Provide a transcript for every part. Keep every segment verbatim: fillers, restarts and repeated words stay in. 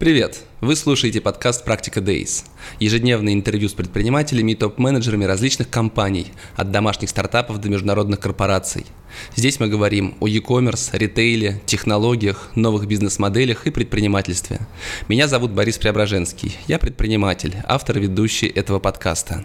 Привет! Вы слушаете подкаст «Практика Days». Ежедневное интервью с предпринимателями и топ-менеджерами различных компаний, от домашних стартапов до международных корпораций. Здесь мы говорим о e-commerce, ритейле, технологиях, новых бизнес-моделях и предпринимательстве. Меня зовут Борис Преображенский. Я предприниматель, автор и ведущий этого подкаста.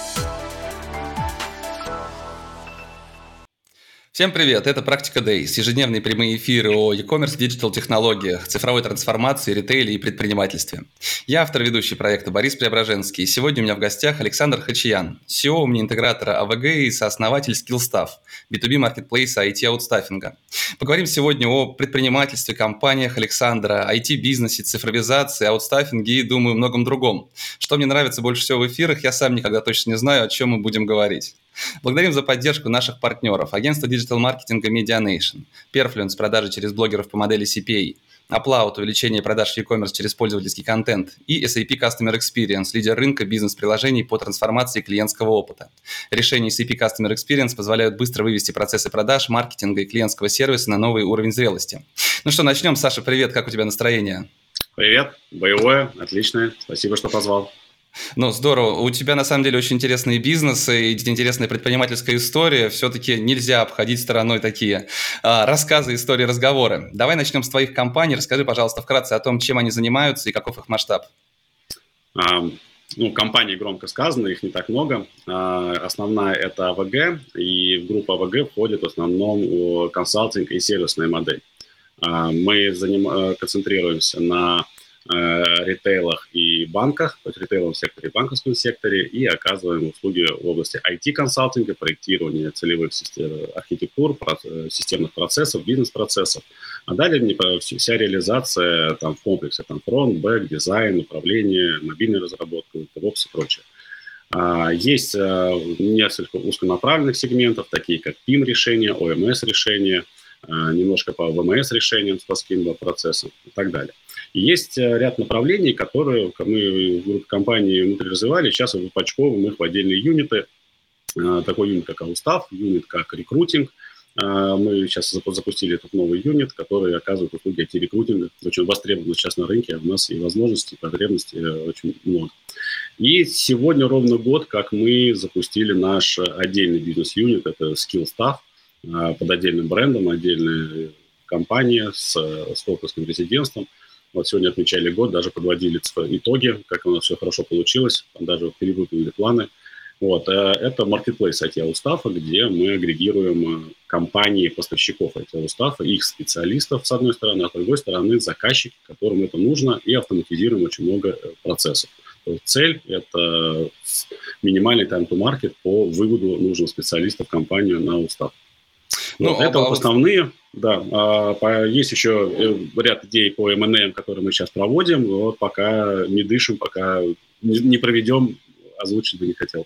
Всем привет, это «Практика Days», ежедневные прямые эфиры о e-commerce, диджитал-технологиях, цифровой трансформации, ритейле и предпринимательстве. Я автор ведущий проекта Борис Преображенский, и сегодня у меня в гостях Александр Хачиян, си и о умни-интегратора а вэ гэ и сооснователь Skillstaff, би ту би маркетплейса ай ти-аутстаффинга. Поговорим сегодня о предпринимательстве, компаниях Александра, ай ти-бизнесе, цифровизации, аутстаффинге и, думаю, многом другом. Что мне нравится больше всего в эфирах, я сам никогда точно не знаю, о чем мы будем говорить. Благодарим за поддержку наших партнеров: агентство диджитал-маркетинга Medianation, Perfluence — продажи через блогеров по модели си пи эй, Upload — увеличение продаж в e-commerce через пользовательский контент, и эс эй пи Customer Experience, лидер рынка бизнес-приложений по трансформации клиентского опыта. Решения эс эй пи Customer Experience позволяют быстро вывести процессы продаж, маркетинга и клиентского сервиса на новый уровень зрелости. Ну что, начнем. Саша, привет, как у тебя настроение? Привет, боевое, отличное, спасибо, что позвал. Ну, здорово. У тебя, на самом деле, очень интересные бизнесы и интересная предпринимательская история. Все-таки нельзя обходить стороной такие а, рассказы, истории, разговоры. Давай начнем с твоих компаний. Расскажи, пожалуйста, вкратце о том, чем они занимаются и каков их масштаб. А, ну, компаний громко сказано, их не так много. А, основная – это а вэ гэ, и в группу а вэ гэ входит в основном консалтинг и сервисная модель. А, мы заним... концентрируемся на ритейлах и банках, то есть ритейловом секторе и банковском секторе, и оказываем услуги в области ай ти-консалтинга, проектирования целевых систем, архитектур, системных процессов, бизнес-процессов. А далее вся реализация там, в комплексе, там фронт, бэк, дизайн, управление, мобильная разработка, DevOps и прочее. Есть несколько узконаправленных сегментов, такие как пи ай эм решения, о эм эс решения, немножко по ви эм эс решениям, по скинбо процессам и так далее. И есть ряд направлений, которые мы в группе компаний внутри развивали. Сейчас выпачковываем их в отдельные юниты. Такой юнит, как Аустав, юнит, как рекрутинг. Мы сейчас запустили этот новый юнит, который оказывает услуги ай ти-рекрутинга. Очень востребован сейчас на рынке. У нас и возможностей, и потребностей очень много. И сегодня ровно год, как мы запустили наш отдельный бизнес-юнит. Это Skillstaff под отдельным брендом, отдельная компания с, с фокусным резидентством. Вот сегодня отмечали год, даже подводили итоги, как у нас все хорошо получилось, там даже перевыполнили планы. Вот, это маркетплейс ай ти-аутстаффа, где мы агрегируем компании поставщиков ай ти-аутстаффа, их специалистов, с одной стороны, а с другой стороны заказчики, которым это нужно, и автоматизируем очень много процессов. То есть цель – это минимальный time-to-market по выводу нужных специалистов в компанию на аутстафф. Ну, вот, это вот основные, да. А, есть еще ряд идей по эм энд эй, которые мы сейчас проводим. Вот пока не дышим, пока не, не проведем, озвучить бы не хотел.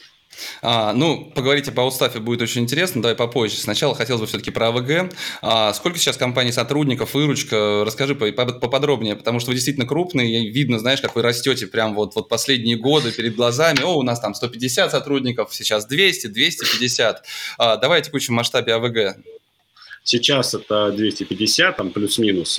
А, ну, поговорить об аутстаффе будет очень интересно, давай попозже. Сначала хотелось бы все-таки про а вэ гэ. А, сколько сейчас компаний сотрудников, выручка? Расскажи поподробнее, потому что вы действительно крупные, и видно, знаешь, как вы растете прям вот, вот последние годы перед глазами. О, у нас там сто пятьдесят сотрудников, сейчас двести, двести пятьдесят. А, давай о текущем масштабе а вэ гэ. Сейчас это двести пятьдесят, там плюс-минус.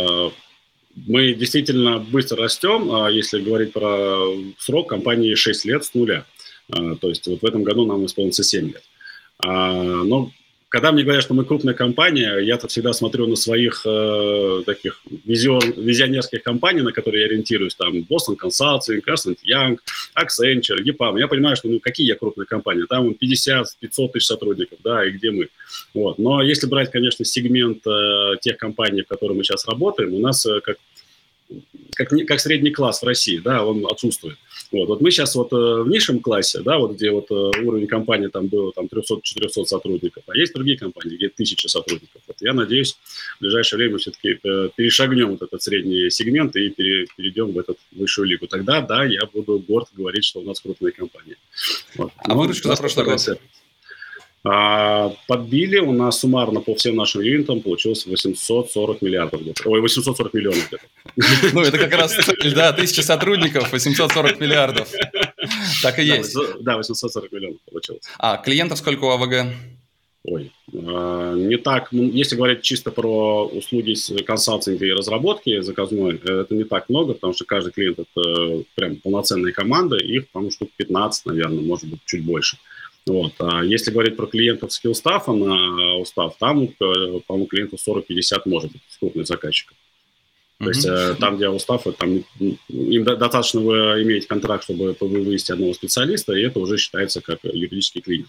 Мы действительно быстро растем. Если говорить про срок, компании шесть лет с нуля. То есть вот в этом году нам исполнится семь лет. Но когда мне говорят, что мы крупная компания, я-то всегда смотрю на своих э, таких визион, визионерских компаний, на которые я ориентируюсь, там Boston Consulting, Ernst энд Young, Accenture, и пи эй эм. Я понимаю, что ну какие я крупные компании, там пятьдесят-пятьсот тысяч сотрудников, да, и где мы. Вот. Но если брать, конечно, сегмент э, тех компаний, в которых мы сейчас работаем, у нас э, как Как, как средний класс в России, да, он отсутствует. Вот, вот мы сейчас вот э, в низшем классе, да, вот где вот э, уровень компании там было там триста-четыреста сотрудников, а есть другие компании, где тысяча сотрудников. Вот я надеюсь, в ближайшее время все-таки э, перешагнем вот этот средний сегмент и пере, перейдем в эту высшую лигу. Тогда, да, я буду горд говорить, что у нас крупная компания. Вот. А выручка за прошлый год? А, подбили у нас суммарно по всем нашим юнитам получилось восемьсот сорок миллиардов где-то. Ой, восемьсот сорок миллионов где-то. Ну, это как раз цель, да, тысяча сотрудников, восемьсот сорок миллиардов. Так и есть. Да, восемьсот сорок миллионов получилось. А клиентов сколько у а вэ гэ? Ой, э, не так, ну, если говорить чисто про услуги консалтинга и разработки заказной, это не так много, потому что каждый клиент это прям полноценная команда, их, по-моему, штук пятнадцать, наверное, может быть, чуть больше. Вот. А если говорить про клиентов скиллстафа на устав, там, по-моему, клиентов сорок-пятьдесят может быть, крупных заказчиков. То есть mm-hmm. там, где устав, там, им достаточно иметь контракт, чтобы вывести одного специалиста, и это уже считается как юридический клиент.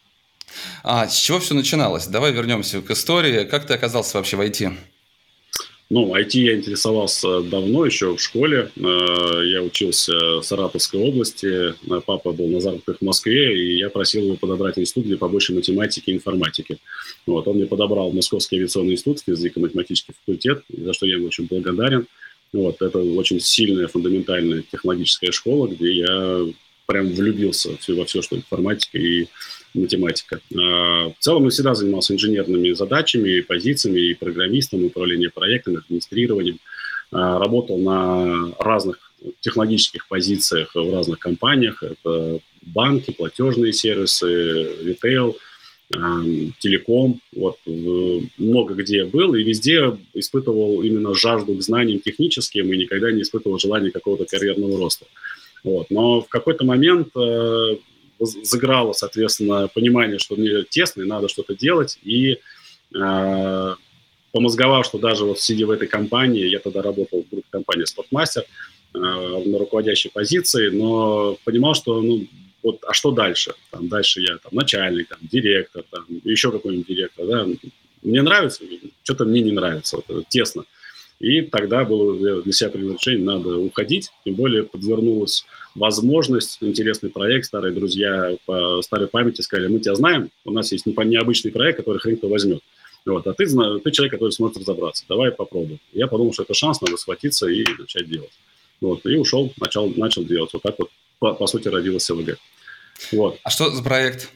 А с чего все начиналось? Давай вернемся к истории. Как ты оказался вообще в ай ти? Ну, ай ти я интересовался давно, еще в школе. Я учился в Саратовской области. Папа был на заработках в Москве, и я просил его подобрать институт, где побольше математики и информатики. Вот. Он мне подобрал Московский авиационный институт, физико-математический факультет, за что я ему очень благодарен. Вот. Это очень сильная, фундаментальная технологическая школа, где я прям влюбился во все, что информатика и математика. В целом я всегда занимался инженерными задачами, позициями, и программистом, и управлением проектами, администрированием. Работал на разных технологических позициях в разных компаниях. Это банки, платежные сервисы, ритейл, телеком. Вот, много где был, и везде испытывал именно жажду к знаниям техническим и никогда не испытывал желания какого-то карьерного роста. Вот. Но в какой-то момент э, заграло, соответственно, понимание, что мне тесно и надо что-то делать. И э, помозговав, что даже вот сидя в этой компании, я тогда работал в группе компании «Спортмастер» э, на руководящей позиции, но понимал, что, ну, вот, а что дальше? Там, дальше я там, начальник, там, директор, там, еще какой-нибудь директор. Да? Мне нравится, что-то мне не нравится, вот, тесно. И тогда было для себя принял решение, надо уходить. Тем более подвернулась возможность, интересный проект. Старые друзья по старой памяти сказали, мы тебя знаем, у нас есть необычный проект, который хрен кто возьмет. Вот, а ты, ты человек, который сможет разобраться. Давай попробуем. Я подумал, что это шанс, надо схватиться и начать делать. Вот, и ушел, начал, начал делать. Вот так вот, по, по сути, родился ВГ. Вот. А что за проект?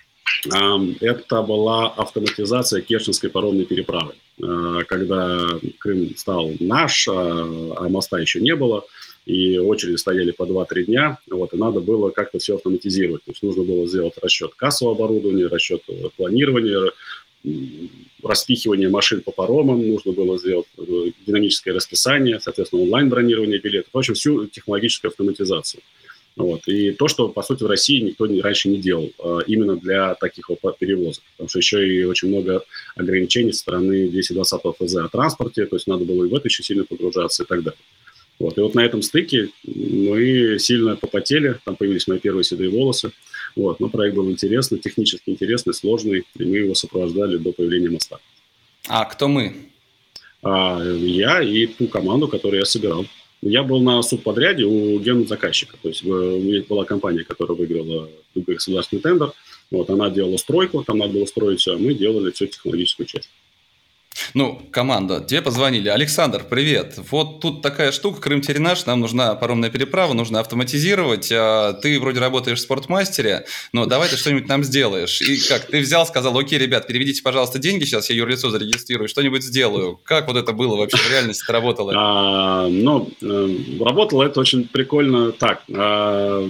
Это была автоматизация Керченской паромной переправы. Когда Крым стал наш, а моста еще не было, и очереди стояли по два-три дня, вот, и надо было как-то все автоматизировать. То есть нужно было сделать расчет кассового оборудования, расчет планирования, распихивание машин по паромам, нужно было сделать динамическое расписание, соответственно, онлайн-бронирование билетов, в общем, всю технологическую автоматизацию. Вот. И то, что, по сути, в России никто не, раньше не делал, а, именно для таких вот перевозок. Потому что еще и очень много ограничений со стороны двести двадцатого эф зэ о транспорте, то есть надо было и в это еще сильно погружаться и так далее. Вот. И вот на этом стыке мы сильно попотели, там появились мои первые седые волосы. Вот. Но проект был интересный, технически интересный, сложный, и мы его сопровождали до появления моста. А кто мы? А, я и ту команду, которую я собирал. Я был на субподряде у гензаказчика. То есть у меня была компания, которая выиграла государственный тендер. Вот, она делала стройку, там надо было строить все, а мы делали всю технологическую часть. Ну, команда, тебе позвонили. Александр, привет. Вот тут такая штука, Крым теперь наш, нам нужна паромная переправа, нужно автоматизировать. А ты вроде работаешь в спортмастере, но давай ты что-нибудь нам сделаешь. И как, ты взял, сказал, окей, ребят, переведите, пожалуйста, деньги, сейчас я юрлицо зарегистрирую, что-нибудь сделаю. Как вот это было вообще в реальности, это работало? А, ну, работало это очень прикольно так. А,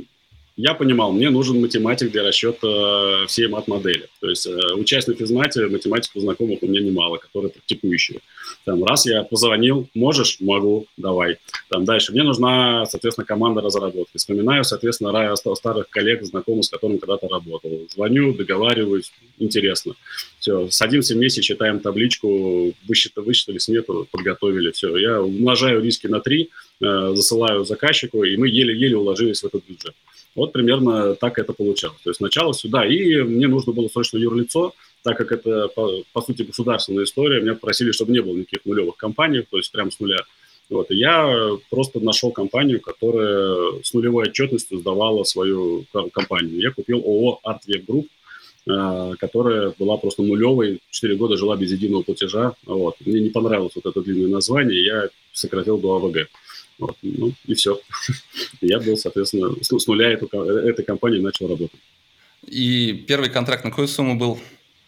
я понимал, мне нужен математик для расчета всей мат-модели. То есть э, учась на физмате, математиков знакомых у меня немало, которые практикующие. Там, раз я позвонил, можешь? Могу, давай. Там, дальше. Мне нужна, соответственно, команда разработки. Вспоминаю, соответственно, старых коллег, знакомых, с которыми когда-то работал. Звоню, договариваюсь, интересно. Все, садимся вместе, читаем табличку, высчитали, высчитали смету, подготовили. Все, я умножаю риски на три, э, засылаю заказчику, и мы еле-еле уложились в этот бюджет. Вот примерно так это получалось. То есть сначала сюда, и мне нужно было срочно юрлицо, так как это, по, по сути, государственная история. Меня попросили, чтобы не было никаких нулевых компаний, то есть прям с нуля. Вот, и я просто нашел компанию, которая с нулевой отчетностью сдавала свою компанию. Я купил ООО «Артвек Групп», которая была просто нулевой, четыре года жила без единого платежа. Вот. Мне не понравилось вот это длинное название, я сократил до АВГ. Вот, ну и все. Я был, соответственно, с нуля эту, этой компании начал работать. И первый контракт на какую сумму был?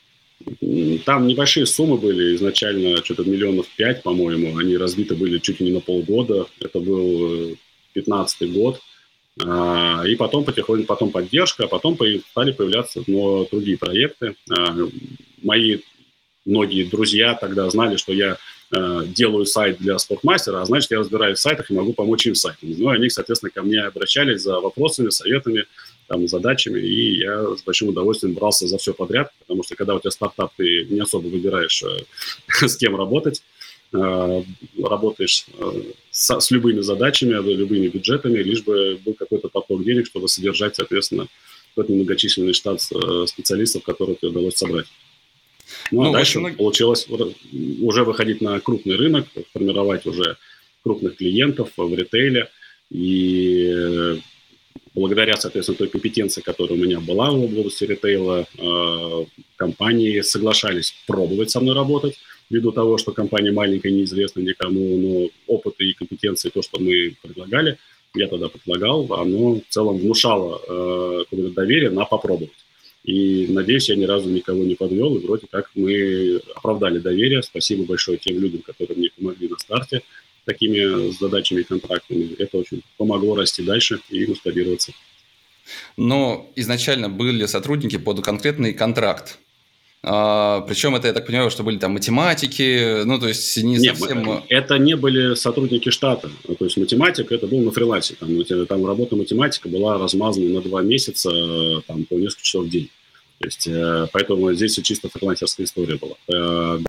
Там небольшие суммы были, изначально что-то миллионов пять, по-моему. Они разбиты были чуть ли не на полгода. Это был пятнадцатый год. И потом потихоньку, потом поддержка, а потом стали появляться но другие проекты. Мои многие друзья тогда знали, что я делаю сайт для Спортмастера, а значит, я разбираюсь в сайтах и могу помочь им с сайтом. Ну, они, соответственно, ко мне обращались за вопросами, советами, там, задачами, и я с большим удовольствием брался за все подряд, потому что когда у тебя стартап, ты не особо выбираешь, с кем работать, работаешь с, с любыми задачами, любыми бюджетами, лишь бы был какой-то поток денег, чтобы содержать, соответственно, тот немногочисленный штат специалистов, которых тебе удалось собрать. Ну, ну а дальше много... получилось уже выходить на крупный рынок, формировать уже крупных клиентов в ритейле. И благодаря, соответственно, той компетенции, которая у меня была в области ритейла, компании соглашались пробовать со мной работать. Ввиду того, что компания маленькая, неизвестна никому, но опыт и компетенции, то, что мы предлагали, я тогда предлагал, оно в целом внушало э, доверие на попробовать. И, надеюсь, я ни разу никого не подвел, и вроде как мы оправдали доверие. Спасибо большое тем людям, которые мне помогли на старте такими задачами и контрактами. Это очень помогло расти дальше и масштабироваться. Но изначально были сотрудники под конкретный контракт. А, причем это, я так понимаю, что были там математики, ну, то есть не Нет, совсем... это не были сотрудники штата, то есть математик, это был на фрилансе, там, там работа математика была размазана на два месяца, там, по несколько часов в день, то есть, поэтому здесь чисто фрилансерская история была.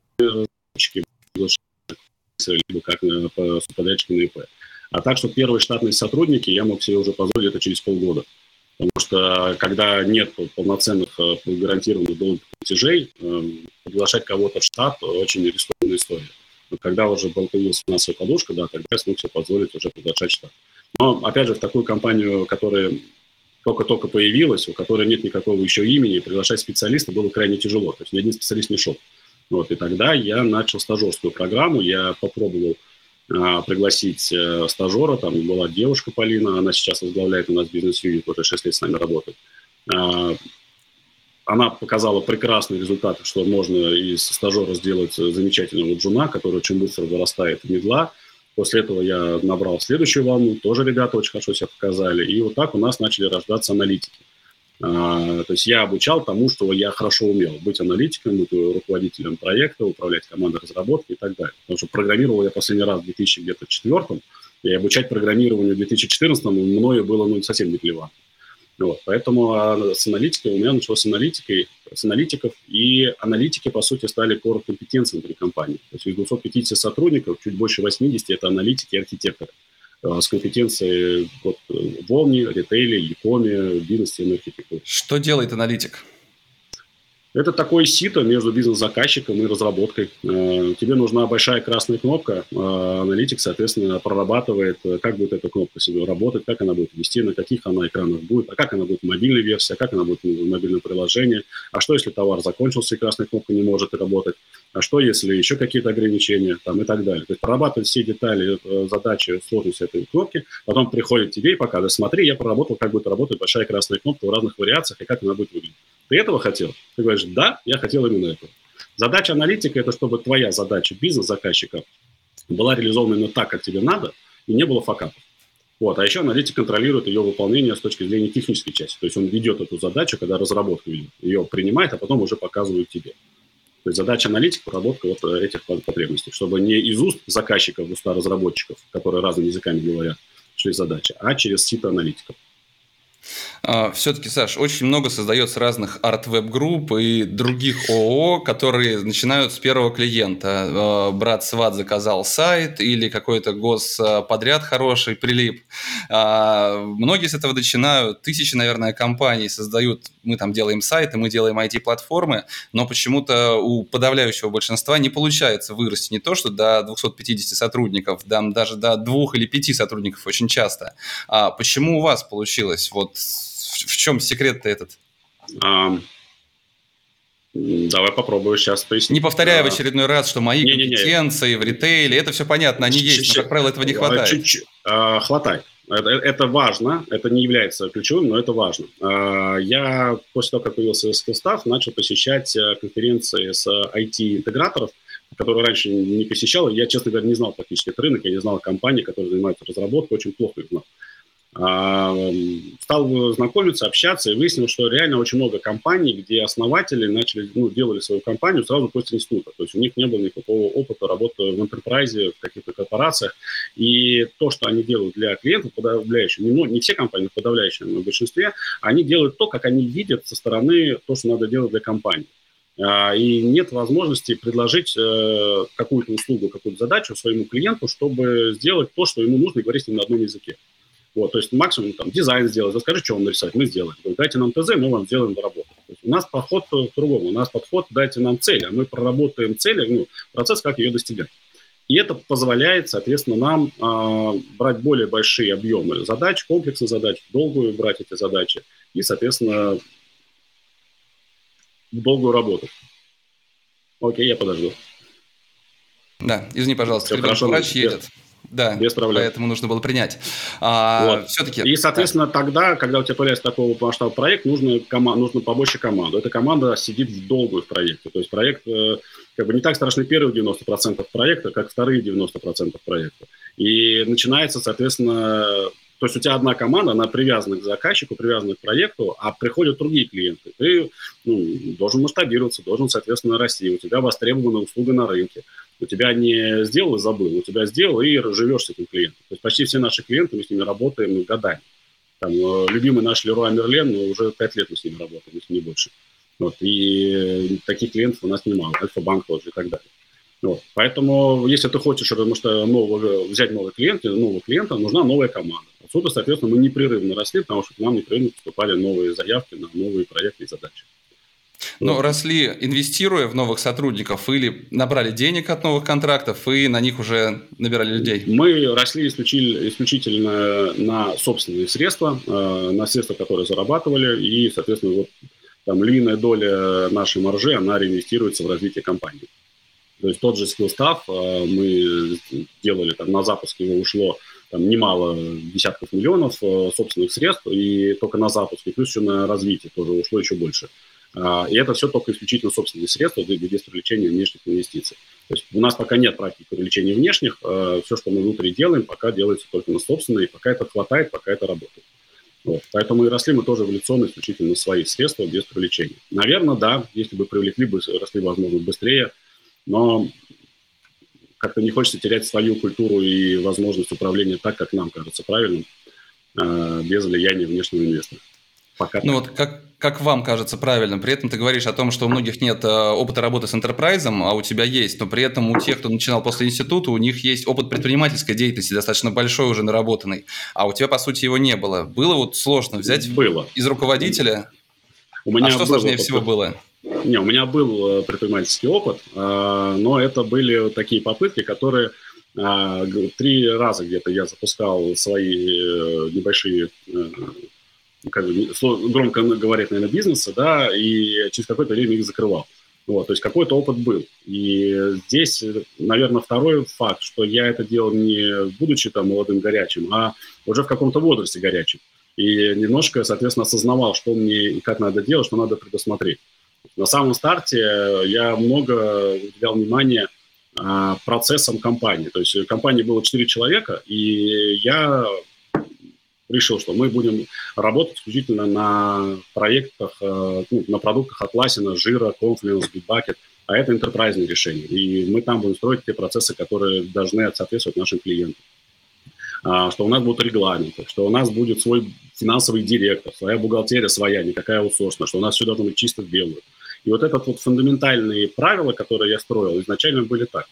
Либо как подрядчики на ИП. А так, что первые штатные сотрудники, я мог себе уже позволить это через полгода. Потому что, когда нет полноценных гарантированных долгих платежей, приглашать кого-то в штат – очень рискованная история. Но когда уже появилась финансовая подушка, да, тогда я смог себе позволить уже приглашать штат. Но, опять же, в такую компанию, которая только-только появилась, у которой нет никакого еще имени, приглашать специалиста было крайне тяжело. То есть ни один специалист не шел. Вот, и тогда я начал стажерскую программу, я попробовал пригласить э, стажера, там была девушка Полина, она сейчас возглавляет у нас бизнес-юнит, уже шесть лет с нами работает. Э, она показала прекрасные результаты, что можно из стажера сделать замечательного джуна, который очень быстро вырастает в мидла. После этого я набрал следующую волну, тоже ребята очень хорошо себя показали, и вот так у нас начали рождаться аналитики. Uh, то есть я обучал тому, что я хорошо умел. Быть аналитиком, быть руководителем проекта, управлять командой разработки и так далее. Потому что программировал я последний раз в две тысячи четвёртом, и обучать программированию в две тысячи четырнадцатом мною было ну, совсем не клево. Вот. Поэтому а, с аналитикой у меня началось с, аналитикой, с аналитиков, и аналитики, по сути, стали core компетенцией внутри компании. То есть из двухсот пятидесяти сотрудников чуть больше восьмидесяти это аналитики и архитекторы с компетенцией вот, в Волне, ритейле, Якоме, бизнесе и архитектуре. Что делает аналитик? Это такое сито между бизнес-заказчиком и разработкой. Тебе нужна большая красная кнопка, аналитик, соответственно, прорабатывает, как будет эта кнопка себе работать, как она будет вести, на каких она экранах будет, а как она будет в мобильной версии, а как она будет в мобильном приложении, а что, если товар закончился и красная кнопка не может работать, а что, если еще какие-то ограничения там, и так далее. То есть прорабатывать все детали, задачи, сложности этой кнопки, потом приходит тебе и показывает, смотри, я проработал, как будет работать большая красная кнопка в разных вариациях и как она будет выглядеть. Ты этого хотел? Ты говоришь, да, я хотел именно этого. Задача аналитика – это чтобы твоя задача бизнес-заказчика была реализована именно так, как тебе надо, и не было факапов. Вот. А еще аналитик контролирует ее выполнение с точки зрения технической части. То есть он ведет эту задачу, когда разработку ведет, ее принимает, а потом уже показывает тебе. То есть задача аналитика – проработка вот этих потребностей, чтобы не из уст заказчиков, в уста разработчиков, которые разными языками говорят, шли задачи, а через сито аналитиков. Все-таки, Саш, очень много создается разных арт-веб-групп и других ООО, которые начинают с первого клиента. Брат сват заказал сайт или какой-то господряд хороший прилип. Многие с этого начинают. Тысячи, наверное, компаний создают. Мы там делаем сайты, мы делаем ай ти-платформы, но почему-то у подавляющего большинства не получается вырасти не то, что до двухсот пятидесяти сотрудников, даже до двух или пяти сотрудников очень часто. А почему у вас получилось? Вот в чем секрет-то этот? А, давай попробую сейчас пояснить. Не повторяя а, в очередной раз, что мои не, компетенции не, не. в ритейле, это все понятно, они Ч- есть, но, как правило, этого не хватает. Чуть-чуть. А, хватает. Это, это важно, это не является ключевым, но это важно. А, я после того, как появился Skillstaff, начал посещать конференции с ай ти-интеграторов, которые раньше не посещал. Я, честно говоря, не знал практически этот рынок, я не знал компаний, которые занимаются разработкой, очень плохо их знал. Стал знакомиться, общаться и выяснил, что реально очень много компаний, где основатели начали, ну, делали свою компанию сразу после института. То есть у них не было никакого опыта работы в энтерпрайзе, в каких-то корпорациях. И то, что они делают для клиентов, подавляющее, не, ну, не все компании, в подавляющем но в большинстве, они делают то, как они видят со стороны то, что надо делать для компании. И нет возможности предложить какую-то услугу, какую-то задачу своему клиенту, чтобы сделать то, что ему нужно, и говорить с ним на одном языке. Вот, то есть максимум там, дизайн сделать, расскажи, что вам нарисовать, мы сделаем. Дайте нам ТЗ, мы вам сделаем работу. То есть у нас подход по-другому. У нас подход, дайте нам цель, а мы проработаем цель, ну, процесс, как ее достигать. И это позволяет, соответственно, нам э, брать более большие объемы задач, комплексных задач, долгую брать эти задачи и, соответственно, в долгую работу. Окей, я подожду. Да, извини, пожалуйста, Все хорошо, врач едет. Да, без проблем. Поэтому нужно было принять. А, вот. Все-таки, и, соответственно, да. тогда, когда у тебя появляется такого масштаба проект, нужно, кома- нужно побольше команду. Эта команда сидит в долгую в проекте. То есть проект э, как бы не так страшны первые девяносто процентов проекта, как вторые девяносто процентов проекта. И начинается, соответственно... То есть у тебя одна команда, она привязана к заказчику, привязана к проекту, а приходят другие клиенты. Ты ну, должен масштабироваться, должен, соответственно, расти. У тебя востребована услуга на рынке. У тебя не сделал и забыл, у тебя сделал и живешь с этим клиентом. То есть почти все наши клиенты, мы с ними работаем годами. Там, любимый наш Леруа Мерлен, ну, уже пять лет мы с ними работаем, если не больше. Вот. И таких клиентов у нас немало. Альфа-банк тоже и так далее. Вот. Поэтому, если ты хочешь потому что нового, взять нового клиента, нового клиента, нужна новая команда. Отсюда, соответственно, мы непрерывно росли, потому что к нам непрерывно поступали новые заявки на новые проекты и задачи. Но вот. росли, инвестируя в новых сотрудников, или набрали денег от новых контрактов и на них уже набирали людей? Мы росли исключительно, исключительно на собственные средства, на средства, которые зарабатывали, и, соответственно, вот там львиная доля нашей маржи, она реинвестируется в развитие компании. То есть тот же Skillstaff мы делали, там, на запуск его ушло там, немало десятков миллионов собственных средств, и только на запуск, и плюс еще на развитие тоже ушло еще больше. И это все только исключительно собственные средства без привлечения внешних инвестиций. То есть у нас пока нет практики привлечения внешних, все, что мы внутри делаем, пока делается только на собственные, пока это хватает, пока это работает. Вот. Поэтому и росли мы тоже эволюционно исключительно на свои средства без привлечения. Наверное, да, если бы привлекли, бы росли, возможно, быстрее, но как-то не хочется терять свою культуру и возможность управления так, как нам кажется правильным, без влияния внешнего инвестора. Пока ну так. вот как, как вам кажется правильным? При этом ты говоришь о том, что у многих нет опыта работы с энтерпрайзом, а у тебя есть, но при этом у тех, кто начинал после института, у них есть опыт предпринимательской деятельности, достаточно большой, уже наработанный, а у тебя, по сути, его не было. Было вот сложно взять было. из руководителя? У меня а что сложнее опыт. всего было? Не, у меня был предпринимательский опыт, но это были такие попытки, которые три раза где-то я запускал свои небольшие, как бы, громко говорят, наверное, бизнесы, да, и через какое-то время их закрывал. Вот, то есть какой-то опыт был. И здесь, наверное, второй факт, что я это делал не будучи там молодым горячим, а уже в каком-то возрасте горячим. И немножко, соответственно, осознавал, что мне и как надо делать, что надо предусмотреть. На самом старте я много уделял внимания а, процессам компании. То есть в компании было четыре человека, и я решил, что мы будем работать исключительно на проектах, ну, на продуктах Atlassian, Jira, Confluence, Bitbucket, а это энтерпрайзные решения. И мы там будем строить те процессы, которые должны соответствовать нашим клиентам. Что у нас будут регламенты, что у нас будет свой финансовый директор, своя бухгалтерия своя, никакая аутсорсная, что у нас все должно быть чисто в белую. И вот это вот фундаментальные правила, которые я строил, изначально были так.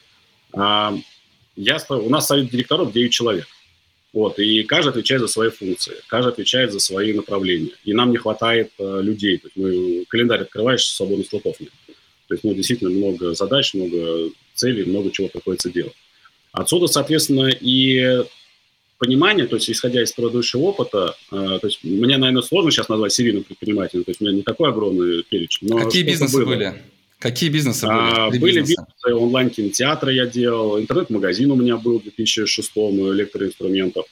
Я, у нас совет директоров девять человек. Вот, и каждый отвечает за свои функции, каждый отвечает за свои направления. И нам не хватает э, людей. То есть мы, календарь открываешь, свободных слотов нет. То есть ну, действительно много задач, много целей, много чего приходится делать. Отсюда, соответственно, и понимание, то есть исходя из предыдущего опыта, э, то есть мне, наверное, сложно сейчас назвать серийным предпринимателем, то есть у меня не такой огромный перечень. Но какие бизнесы было. были? Какие бизнесы были? А, были бизнесы, онлайн-кинотеатры я делал, интернет-магазин у меня был в две тысячи шестом, электроинструментов.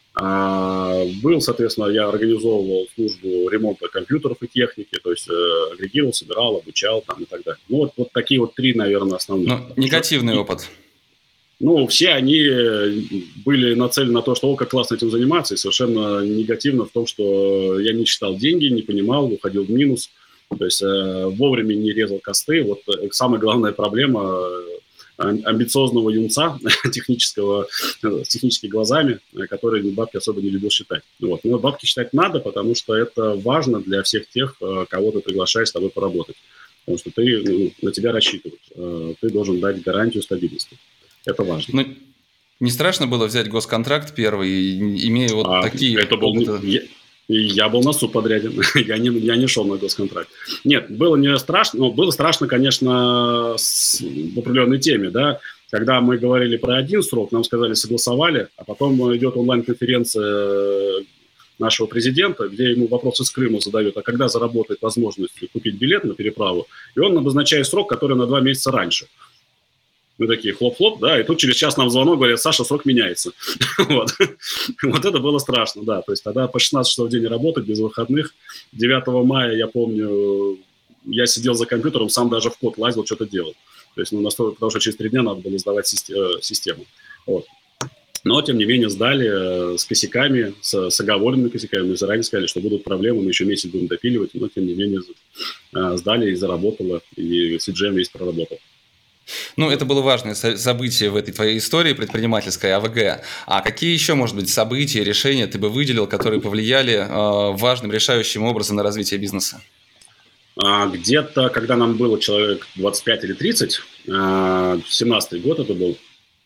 А, был, соответственно, я организовывал службу ремонта компьютеров и техники, то есть э, агрегировал, собирал, обучал там, и так далее. Ну, вот, вот такие вот три, наверное, основные. Но негативный опыт. Ну, все они были нацелены на то, что, о, как классно этим заниматься, и совершенно негативно в том, что я не считал деньги, не понимал, уходил в минус, то есть э, вовремя не резал косты. Вот э, самая главная проблема э, амбициозного юнца, технического, э, с техническими глазами, э, который бабки особо не любил считать. Вот. Но бабки считать надо, потому что это важно для всех тех, э, кого ты приглашаешь с тобой поработать. Потому что ты, ну, на тебя рассчитывают, э, ты должен дать гарантию стабильности. Это важно. Ну, не страшно было взять госконтракт первый, имея вот а, такие это был, опыты? Я, я был на субподряде, я, не, я не шел на госконтракт. Нет, было не страшно, но было страшно, конечно, с, в определенной теме, да. Когда мы говорили про один срок, нам сказали, согласовали, а потом идет онлайн-конференция нашего президента, где ему вопросы с Крыма задают, а когда заработает возможность купить билет на переправу, и он обозначает срок, который на два месяца раньше. Мы такие, хлоп-хлоп, да, и тут через час нам звонок, говорят, Саша, срок меняется. вот. вот это было страшно, да, то есть тогда по шестнадцать часов в день работать без выходных. девятого мая, я помню, я сидел за компьютером, сам даже в код лазил, что-то делал. То есть, ну, настолько, потому что через три дня надо было сдавать систему. Вот. Но, тем не менее, сдали с косяками, с, с оговоренными косяками. Мы заранее сказали, что будут проблемы, мы еще месяц будем допиливать, но, тем не менее, сдали и заработало, и си джи эм весь проработал. Ну, это было важное событие в этой твоей истории предпринимательской АВГ. А какие еще, может быть, события, решения ты бы выделил, которые повлияли э, важным, решающим образом на развитие бизнеса? А, где-то, когда нам было человек двадцать пять или тридцать, э, семнадцатый год это был,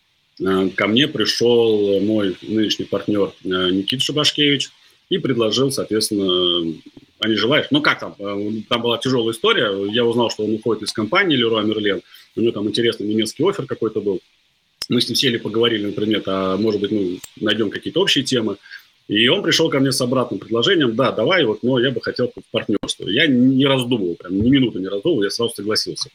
э, ко мне пришел мой нынешний партнер э, Никита Шабашкевич и предложил, соответственно, а не желаешь? Ну, как там? Там была тяжелая история. Я узнал, что он уходит из компании Леруа Мерлен. У него там интересный немецкий оффер какой-то был. Мы с ним сели, поговорили на предмет, а может быть, ну, найдем какие-то общие темы. И он пришел ко мне с обратным предложением. Да, давай, вот, но я бы хотел партнерство. Я не раздумывал, прям ни минуты не раздумывал, я сразу согласился.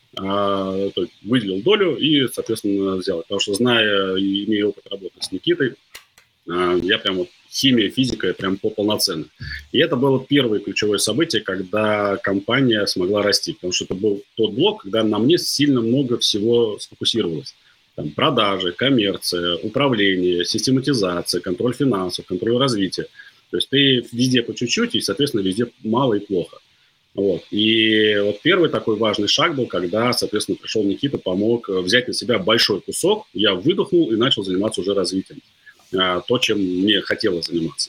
А, то есть выделил долю и, соответственно, взял. Потому что, зная и имея опыт работы с Никитой, а, я прям вот химия, физика прям полноценно. И это было первое ключевое событие, когда компания смогла расти. Потому что это был тот блок, когда на мне сильно много всего сфокусировалось. Там продажи, коммерция, управление, систематизация, контроль финансов, контроль развития. То есть ты везде по чуть-чуть, и, соответственно, везде мало и плохо. Вот. И вот первый такой важный шаг был, когда, соответственно, пришел Никита, помог взять на себя большой кусок. Я выдохнул и начал заниматься уже развитием. То, чем мне хотелось заниматься.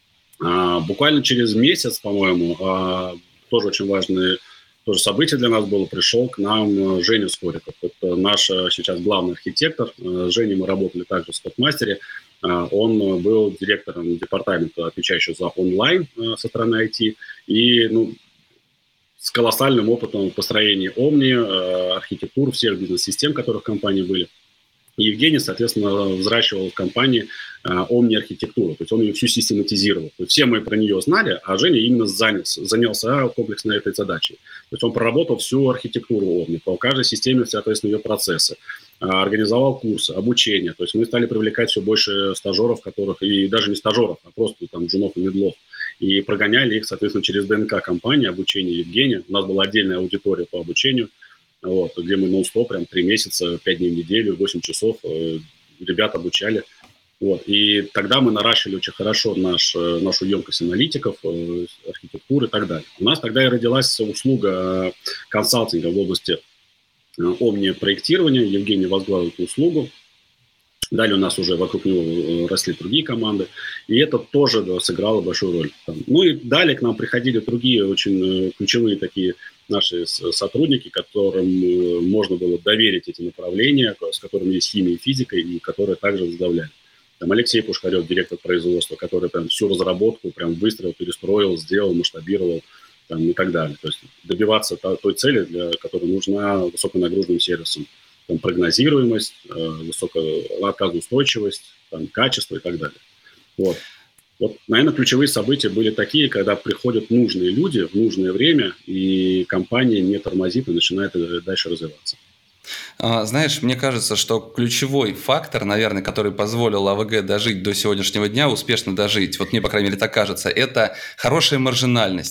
А, буквально через месяц, по-моему, а, тоже очень важное тоже событие для нас было, пришел к нам Женя Скориков. Это наш сейчас главный архитектор. С Женей мы работали также в Спотмастере. А, он был директором департамента, отвечающего за онлайн со стороны ай ти. И ну, с колоссальным опытом в построении Omni, архитектур всех бизнес-систем, которые в компании были. И Евгений, соответственно, взращивал в компании э, Omni-архитектуру, то есть он ее всю систематизировал. То есть все мы про нее знали, а Женя именно занялся, занялся комплексно этой задачей. То есть он проработал всю архитектуру Omni, по каждой системе, соответственно, ее процессы, э, организовал курсы, обучение. То есть мы стали привлекать все больше стажеров, которых, и даже не стажеров, а просто там джунов и медлов. И прогоняли их, соответственно, через ДНК компании, обучение Евгения. У нас была отдельная аудитория по обучению. Вот, где мы нон-стоп, прям три месяца, пять дней в неделю, восемь часов э, ребят обучали. Вот, и тогда мы наращивали очень хорошо наш, нашу емкость аналитиков, э, архитектуры и так далее. У нас тогда и родилась услуга консалтинга в области э, омни-проектирования. Евгений возглавил эту услугу. Далее у нас уже вокруг него росли другие команды, и это тоже да, сыграло большую роль. Ну и далее к нам приходили другие очень ключевые такие наши сотрудники, которым можно было доверить эти направления, с которыми есть химия и физика, и которые также возглавляли. Там Алексей Пушкарев, директор производства, который прям всю разработку прям выстроил, перестроил, сделал, масштабировал там, и так далее. То есть добиваться той цели, для которой нужна высоконагруженным сервисом. Там, прогнозируемость, высокая отказоустойчивость, там, качество и так далее. Вот. Вот, наверное, ключевые события были такие, когда приходят нужные люди в нужное время, и компания не тормозит и начинает дальше развиваться. Знаешь, мне кажется, что ключевой фактор, наверное, который позволил АВГ дожить до сегодняшнего дня, успешно дожить, вот мне, по крайней мере, так кажется, это хорошая маржинальность.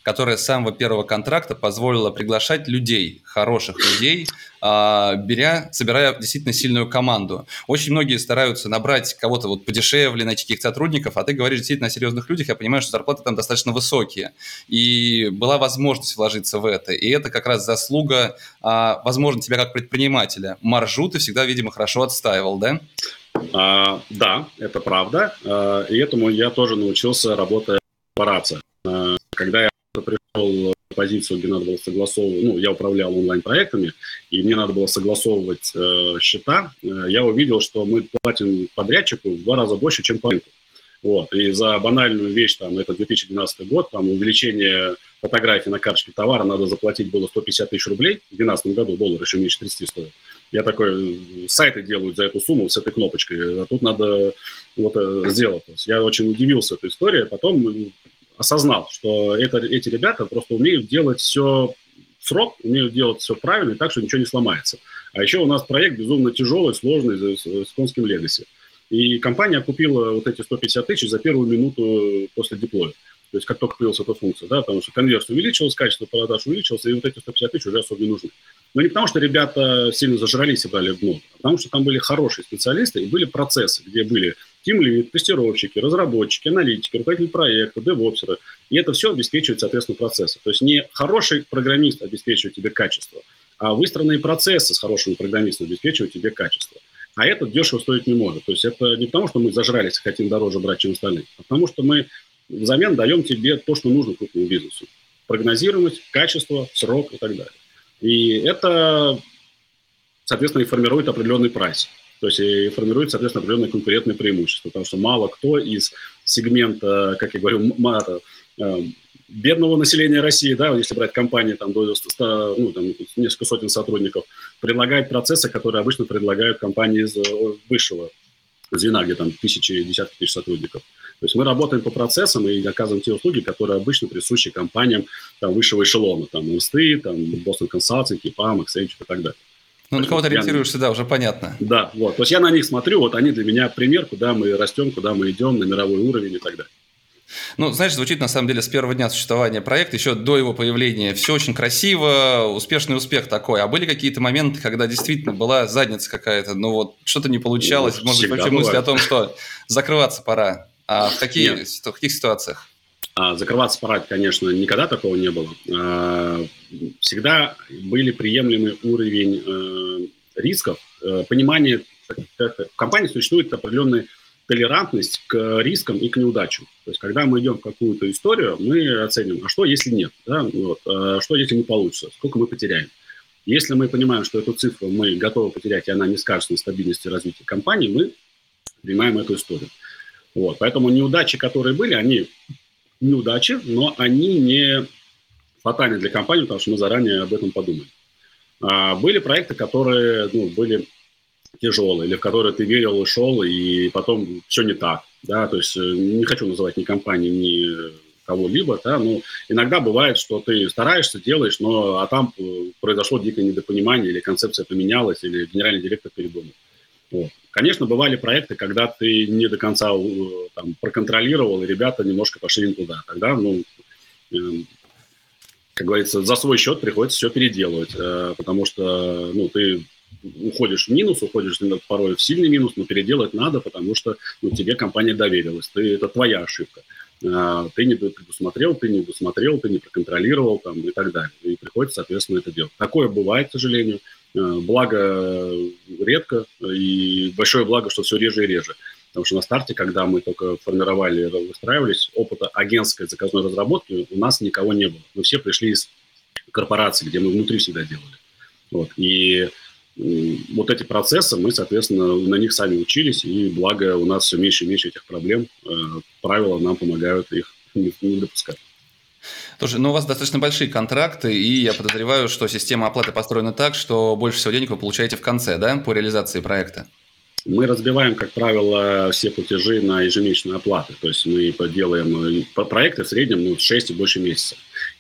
которая с самого первого контракта позволила приглашать людей, хороших людей, беря, собирая действительно сильную команду. Очень многие стараются набрать кого-то вот подешевле, найти каких-то сотрудников, а ты говоришь действительно о серьезных людях, я понимаю, что зарплаты там достаточно высокие. И была возможность вложиться в это. И это как раз заслуга, возможно, тебя как предпринимателя. Маржу ты всегда, видимо, хорошо отстаивал, да? А, да, это правда. А, и этому я тоже научился, работая в корпорациях. А, когда я пришел в позицию, где надо было согласовывать, ну, я управлял онлайн-проектами, и мне надо было согласовывать э, счета, э, я увидел, что мы платим подрядчику в два раза больше, чем по рынку. Вот. И за банальную вещь, там, это две тысячи двенадцатый год, там, увеличение фотографий на карточке товара надо заплатить было сто пятьдесят тысяч рублей. В две тысячи двенадцатом году доллар еще меньше тридцати стоил. Я такой, сайты делают за эту сумму с этой кнопочкой, а тут надо вот сделать. То есть я очень удивился этой историей, потом осознал, что это, эти ребята просто умеют делать все в срок, умеют делать все правильно, так, что ничего не сломается. А еще у нас проект безумно тяжелый, сложный, с, с конским легаси. И компания купила вот эти сто пятьдесят тысяч за первую минуту после деплоя. То есть как только появилась эта функция, да, потому что конверсия увеличилась, качество продаж увеличилось, и вот эти сто пятьдесят тысяч уже особо не нужны. Но не потому, что ребята сильно зажрались и брали много, а потому что там были хорошие специалисты и были процессы, где были тимлид, тестировщики, разработчики, аналитики, руководители проекта, девопсеры. И это все обеспечивает, соответственно, процессы. То есть не хороший программист обеспечивает тебе качество, а выстроенные процессы с хорошим программистом обеспечивают тебе качество. А это дешево стоить не может. То есть это не потому, что мы зажрались и хотим дороже брать, чем остальные, а потому что мы взамен даем тебе то, что нужно крупному бизнесу. Прогнозируемость, качество, срок и так далее. И это, соответственно, и формирует определенный прайс. То есть и формирует, соответственно, определенное конкурентное преимущество. Потому что мало кто из сегмента, как я говорю, бедного населения России, да, если брать компании там, до ста, ну, там, несколько сотен сотрудников, предлагает процессы, которые обычно предлагают компании из высшего звена, где там тысячи, десятки тысяч сотрудников. То есть мы работаем по процессам и оказываем те услуги, которые обычно присущи компаниям там, высшего эшелона, там, Инсты, там, Boston Consulting, ИПАМ, Accenture и так далее. Ну, на кого ты ориентируешься, да, уже понятно. Да, вот. То есть я на них смотрю, вот они для меня пример, куда мы растем, куда мы идем, на мировой уровень и так далее. Ну, знаешь, звучит на самом деле с первого дня существования проекта, еще до его появления, все очень красиво, успешный успех такой. А были какие-то моменты, когда действительно была задница какая-то, ну вот что-то не получалось, ну, может быть, вообще мысли о том, что закрываться пора. А в, какие, в каких ситуациях? А, закрываться пора, конечно, никогда такого не было. А, всегда были приемлемый уровень э, рисков, э, понимание, как в компании существует определенный толерантность к рискам и к неудачам. То есть, когда мы идем в какую-то историю, мы оценим, а что, если нет? Да? Вот, а что, если не получится? Сколько мы потеряем? Если мы понимаем, что эту цифру мы готовы потерять, и она не скажется на стабильности развития компании, мы принимаем эту историю. Вот, поэтому неудачи, которые были, они неудачи, но они не фатальны для компании, потому что мы заранее об этом подумали. А были проекты, которые ну, были тяжелые, или в которые ты верил и шел, и потом все не так. Да? То есть не хочу называть ни компании, ни кого-либо, да? Но иногда бывает, что ты стараешься, делаешь, но а там произошло дикое недопонимание, или концепция поменялась, или генеральный директор передумал. Вот. Конечно, бывали проекты, когда ты не до конца там, проконтролировал, и ребята немножко пошли не туда. Тогда, ну, э, как говорится, за свой счет приходится все переделывать, э, потому что ну, ты уходишь в минус, уходишь порой в сильный минус, но переделать надо, потому что ну, тебе компания доверилась, ты, это твоя ошибка. Э, ты не предусмотрел, ты не досмотрел, ты не проконтролировал там, и так далее. И приходится, соответственно, это делать. Такое бывает, к сожалению. Благо редко, и большое благо, что все реже и реже. Потому что на старте, когда мы только формировали, выстраивались, опыта агентской заказной разработки у нас никого не было. Мы все пришли из корпораций, где мы внутри всегда делали. Вот. И вот эти процессы, мы, соответственно, на них сами учились, и благо у нас все меньше и меньше этих проблем. Правила нам помогают их не, не допускать. Слушай, ну у вас достаточно большие контракты, и я подозреваю, что система оплаты построена так, что больше всего денег вы получаете в конце, да, по реализации проекта? Мы разбиваем, как правило, все платежи на ежемесячные оплаты. То есть мы делаем проекты в среднем ну, шесть и больше месяцев.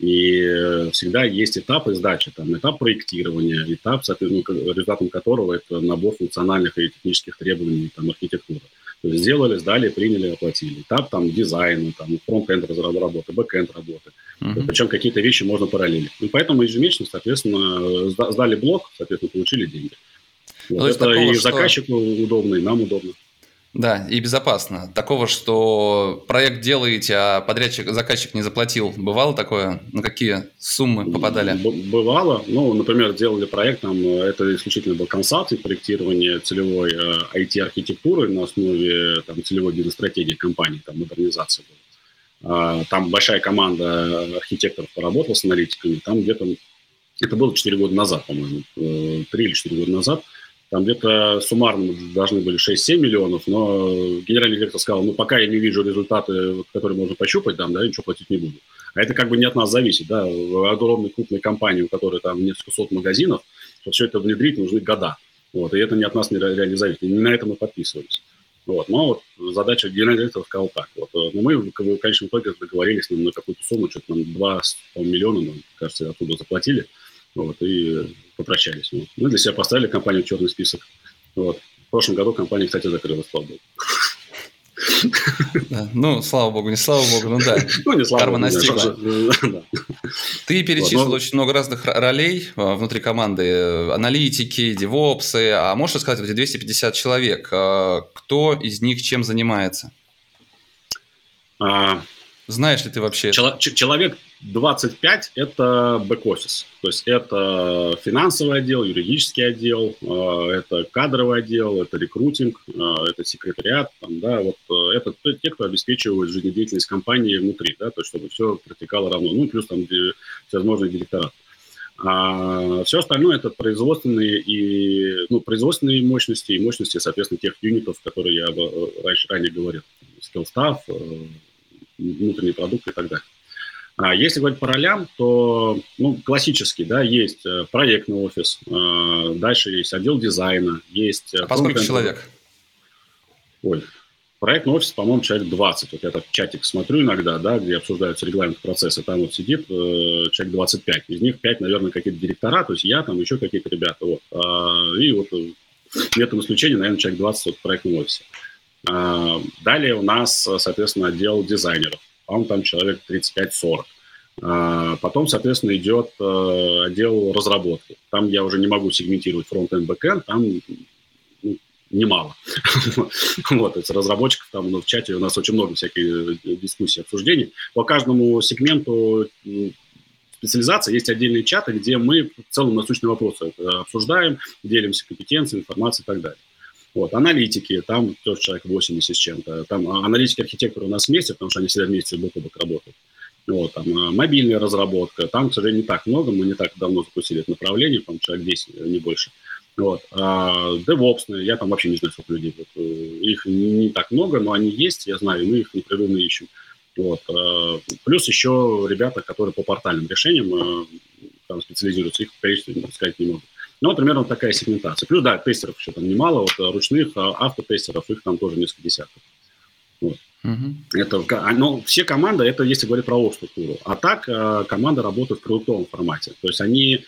И всегда есть этапы сдачи. Там, этап проектирования, этап, соответственно, результатом которого это набор функциональных и технических требований, там, архитектуры. То есть сделали, сдали, приняли, оплатили. Этап там дизайна, там, фронт-энд разработки, бэк-энд работы. Uh-huh. Причем какие-то вещи можно параллелить. И поэтому ежемесячно, соответственно, сдали блок, соответственно, получили деньги. Вот. Ну, это такого, и заказчику что... удобно, и нам удобно. Да, и безопасно. Такого, что проект делаете, а подрядчик, заказчик не заплатил. Бывало такое? На какие суммы попадали? Бывало. Ну, например, делали проект, там, это исключительно был консалтинг, проектирование целевой э, ай ти-архитектуры на основе там, целевой бизнес-стратегии компании, там, модернизация была. Там большая команда архитекторов поработала с аналитиками. Там где-то, это было четыре года назад, по-моему, три или четыре года назад. Там где-то суммарно должны были шесть-семь миллионов, но генеральный директор сказал, ну, пока я не вижу результаты, которые можно пощупать, там, да, ничего платить не буду. А это как бы не от нас зависит, да, в огромной крупной компании, у которой там несколько сот магазинов, чтобы все это внедрить, нужны года. Вот, и это не от нас не реально зависит, и не на это мы подписывались. Вот, но вот задача генерального директора сказал так, вот, но мы в конечном итоге договорились с ним на какую-то сумму, что-то нам два миллиона, ну, кажется, оттуда заплатили. Вот, и попрощались. Вот. Мы для себя поставили компанию в черный список. Вот. В прошлом году компания, кстати, закрылась, слава богу. Да. Ну, слава богу, не слава богу, ну да. Ну, не слава Карма богу. настигла. Да. Ты перечислил вот, но... очень много разных ролей внутри команды. Аналитики, девопсы. А можешь сказать, вот эти двести пятьдесят человек, кто из них чем занимается? А... Знаешь ли ты вообще? Чело- человек двадцать пять – это бэк-офис. То есть это финансовый отдел, юридический отдел, это кадровый отдел, это рекрутинг, это секретариат. Там, да, вот это те, кто обеспечивает жизнедеятельность компании внутри, да, то есть чтобы все протекало равно. Ну, плюс там всевозможные директора. А все остальное – это производственные, и, ну, производственные мощности и мощности, соответственно, тех юнитов, которые я раньше, ранее говорил. Скиллстафф, внутренний продукт и так далее. А если говорить по ролям, то ну, классический, да, есть проектный офис, дальше есть отдел дизайна, есть... А по сколько человек? Ой, проектный офис, по-моему, человек двадцать. Вот я так в чатик смотрю иногда, да, где обсуждаются регламент процесса, там вот сидит э, человек двадцать пять. Из них пять, наверное, какие-то директора, то есть я, там еще какие-то ребята. Вот. А, и вот в этом исключении, наверное, человек двадцать вот в проектном офисе. Далее у нас, соответственно, отдел дизайнеров. По-моему, там человек тридцать пять сорок. Потом, соответственно, идет отдел разработки. Там я уже не могу сегментировать фронт-энд, бэк-энд, там ну, немало. Вот, из разработчиков там ну, в чате у нас очень много всяких дискуссий, обсуждений. По каждому сегменту специализации есть отдельные чаты, где мы в целом насущные вопросы обсуждаем, делимся компетенцией, информацией и так далее. Вот, аналитики, там тоже человек восемьдесят с чем-то. Там аналитики архитектуры у нас вместе, потому что они всегда вместе бок о бок работают. Вот, там мобильная разработка, там, к сожалению, не так много, мы не так давно запустили это направление, там человек десять, не больше. Вот, а DevOps, я там вообще не знаю, сколько людей. Вот, их не так много, но они есть, я знаю, мы их непрерывно ищем. Вот, плюс еще ребята, которые по портальным решениям там специализируются, их количество сказать не могу. Ну, вот примерно такая сегментация. Плюс, да, тестеров еще там немало, вот ручных автотестеров, их там тоже несколько десятков. Вот. Uh-huh. Это, но все команды, это если говорить про орг-структуру. А так команда работает в продуктовом формате. То есть они,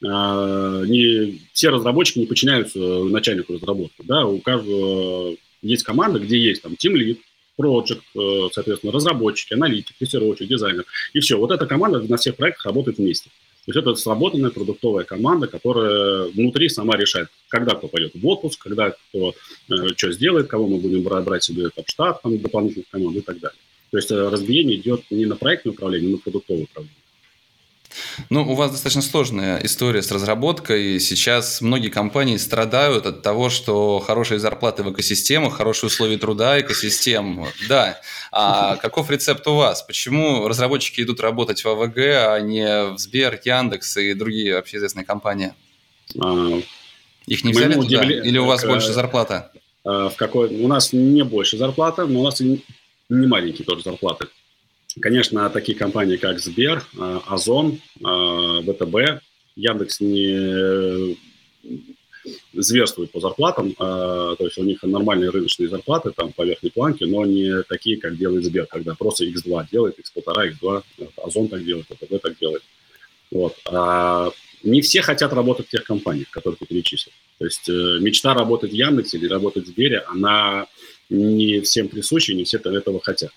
не, все разработчики не подчиняются начальнику разработки. Да? У каждого есть команда, где есть там тимлид, проект, соответственно, разработчики, аналитик, тестировщик, дизайнер. И все. Вот эта команда на всех проектах работает вместе. То есть это сработанная продуктовая команда, которая внутри сама решает, когда кто пойдет в отпуск, когда кто э, что сделает, кого мы будем брать, брать себе там, штат, там, дополнительных команд и так далее. То есть э, разбиение идет не на проектное управление, но на продуктовое управление. Ну, у вас достаточно сложная история с разработкой. Сейчас многие компании страдают от того, что хорошие зарплаты в экосистемах, хорошие условия труда, экосистем. Да. А каков рецепт у вас? Почему разработчики идут работать в АВГ, а не в Сбер, Яндекс и другие общеизвестные компании? А, Их не взяли туда? Удивле... Или у вас к... больше зарплата? А, в какой... У нас не больше зарплата, но у нас и не маленькие тоже зарплаты. Конечно, такие компании, как Сбер, Озон, ВТБ, Яндекс не зверствуют по зарплатам, то есть у них нормальные рыночные зарплаты там по верхней планке, но не такие, как делает Сбер, когда просто икс два делает, икс один, икс два, Озон так делает, ВТБ так делает. Вот. А не все хотят работать в тех компаниях, которые ты перечислил. То есть мечта работать в Яндексе или работать в Сбере, она не всем присуща, не все этого хотят.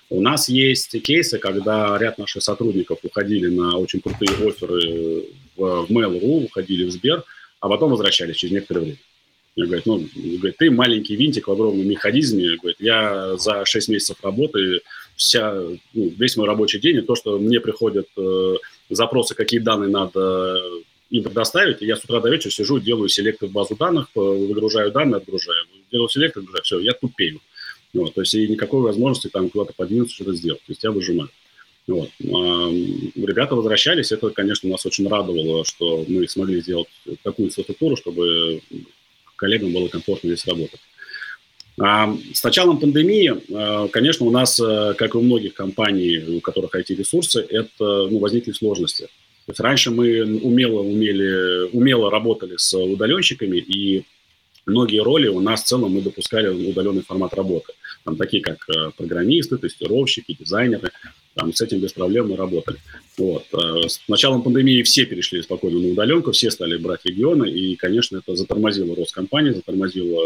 У нас есть кейсы, когда ряд наших сотрудников уходили на очень крутые офферы в Mail.ru, уходили в Сбер, а потом возвращались через некоторое время. Говорит, ну, говорит, ты маленький винтик в огромном механизме. Говорит, я за шесть месяцев работы, вся, ну, весь мой рабочий день, и то, что мне приходят э, запросы, какие данные надо им предоставить, и я с утра до вечера сижу, делаю селект в базу данных, выгружаю данные, отгружаю. Делаю селект, отгружаю, все, я тупею. Вот, то есть и никакой возможности там куда-то подвинуться, что-то сделать. То есть я выжимаю. Вот. А, ребята возвращались, это, конечно, нас очень радовало, что мы смогли сделать такую инфраструктуру, чтобы коллегам было комфортно здесь работать. А, с началом пандемии, а, конечно, у нас, как и у многих компаний, у которых ай ти-ресурсы, это, ну, возникли сложности. То есть раньше мы умело, умели, умело работали с удаленщиками, и многие роли у нас в целом мы допускали удаленный формат работы. Там такие как программисты, тестировщики, дизайнеры. Там с этим без проблем мы работали. Вот. С началом пандемии все перешли спокойно на удаленку, все стали брать регионы, и, конечно, это затормозило рост компании, затормозило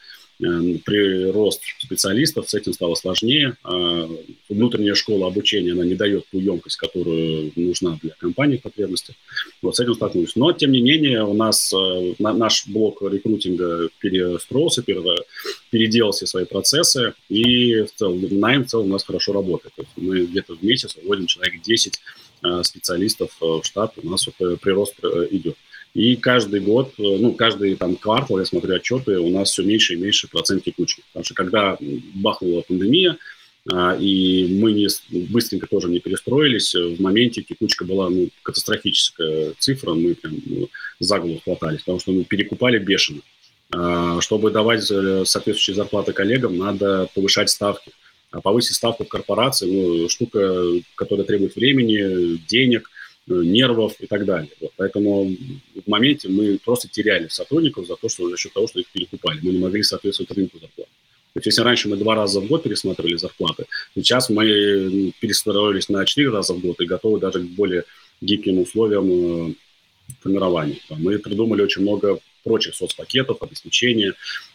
прирост специалистов, с этим стало сложнее. Внутренняя школа обучения, она не дает ту емкость, которую нужна для компании в потребностях. Вот с этим столкнулись. Но, тем не менее, у нас наш блок рекрутинга перестроился, переделал все свои процессы, и в целом, найм в целом у нас хорошо работает. То есть мы где-то в месяц выводим человек десять специалистов в штат, у нас вот прирост идет. И каждый год, ну, каждый там квартал, я смотрю отчеты, у нас все меньше и меньше процент текучки. Потому что когда бахнула пандемия, а, и мы не, быстренько тоже не перестроились, в моменте текучка была, ну, катастрофическая цифра, мы прям, ну, за голову хватались, потому что мы перекупали бешено. А, чтобы давать соответствующие зарплаты коллегам, надо повышать ставки. А повысить ставку в корпорации, ну, штука, которая требует времени, денег, нервов и так далее. Вот. Поэтому в моменте мы просто теряли сотрудников за то, что за счет того, что их перекупали. Мы не могли соответствовать рынку зарплат. То есть если раньше мы два раза в год пересматривали зарплаты, сейчас мы перестроились на четыре раза в год и готовы даже к более гибким условиям формирования. Мы придумали очень много прочих соцпакетов, обеспечения,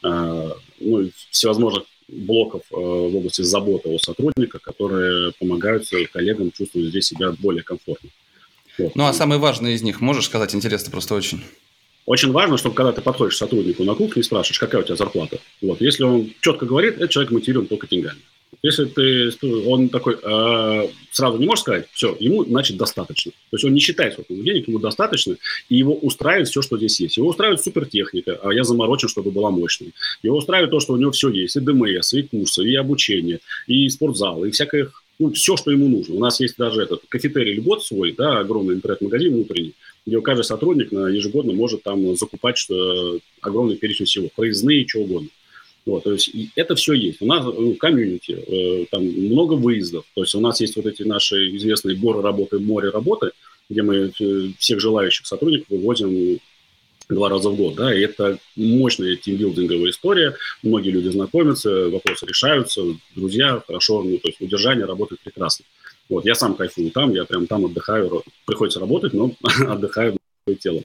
ну, всевозможных блоков в области заботы о сотрудниках, которые помогают коллегам чувствовать здесь себя более комфортно. Вот. Ну, а самый важный из них, можешь сказать? Интересно просто очень. Очень важно, чтобы когда ты подходишь к сотруднику на кухне и спрашиваешь, какая у тебя зарплата. Вот. Если он четко говорит, этот человек мотивирован только деньгами. Если ты, он такой, э, сразу не можешь сказать, все, ему, значит, достаточно. То есть он не считает, сколько ему денег, ему достаточно, и его устраивает все, что здесь есть. Его устраивает супертехника, а я заморочен, чтобы была мощной. Его устраивает то, что у него все есть, и ДМС, и курсы, и обучение, и спортзал, и всякое, ну, все, что ему нужно. У нас есть даже этот кафетерий Льгот свой, да, огромный интернет-магазин внутренний, где каждый сотрудник ежегодно может там закупать что, огромный перечень всего, проездные, что угодно. Вот, то есть это все есть. У нас ну, комьюнити, э, там много выездов. То есть у нас есть вот эти наши известные горы работы, море работы, где мы всех желающих сотрудников вывозим два раза в год. Да, и это мощная тимбилдинговая история. Многие люди знакомятся, вопросы решаются, друзья, хорошо, ну, то есть удержание работает прекрасно. Вот, я сам кайфую там, я прям там отдыхаю. Приходится работать, но отдыхаю телом.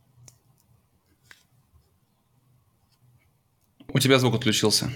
У тебя звук отключился.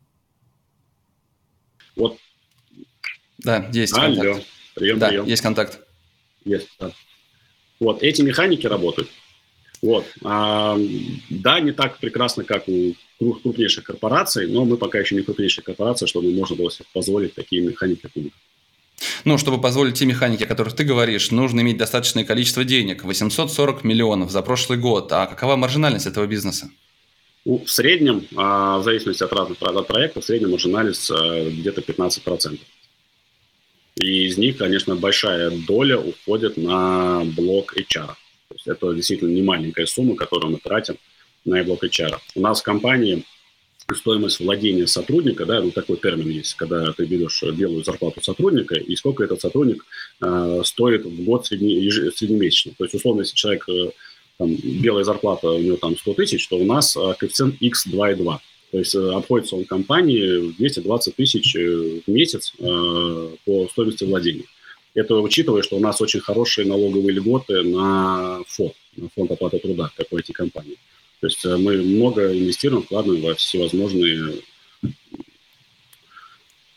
Вот. Да, есть Алло. контакт. Прием, да, прием. есть контакт. Есть, да. Вот, эти механики работают. Вот. А, да, не так прекрасно, как у крупнейших корпораций, но мы пока еще не крупнейшая корпорация, чтобы можно было себе позволить такие механики. Ну, чтобы позволить те механики, о которых ты говоришь, нужно иметь достаточное количество денег. восемьсот сорок миллионов за прошлый год. А какова маржинальность этого бизнеса? В среднем, в зависимости от разных проектов, в среднем маржинальность где-то пятнадцать процентов. И из них, конечно, большая доля уходит на блок эйч ар. То есть это действительно не маленькая сумма, которую мы тратим на блок эйч ар. У нас в компании стоимость владения сотрудника, да, ну такой термин есть, когда ты берешь белую зарплату сотрудника и сколько этот сотрудник э, стоит в год средне, среднемесячно. То есть, условно, если человек... Там, белая зарплата у него там сто тысяч, то у нас а, коэффициент икс два и два. То есть а, обходится он компании в двести двадцать тысяч в месяц а, по стоимости владения. Это учитывая, что у нас очень хорошие налоговые льготы на фонд, на фонд оплаты труда, как у этих компаний. То есть мы много инвестируем, вкладываем во всевозможные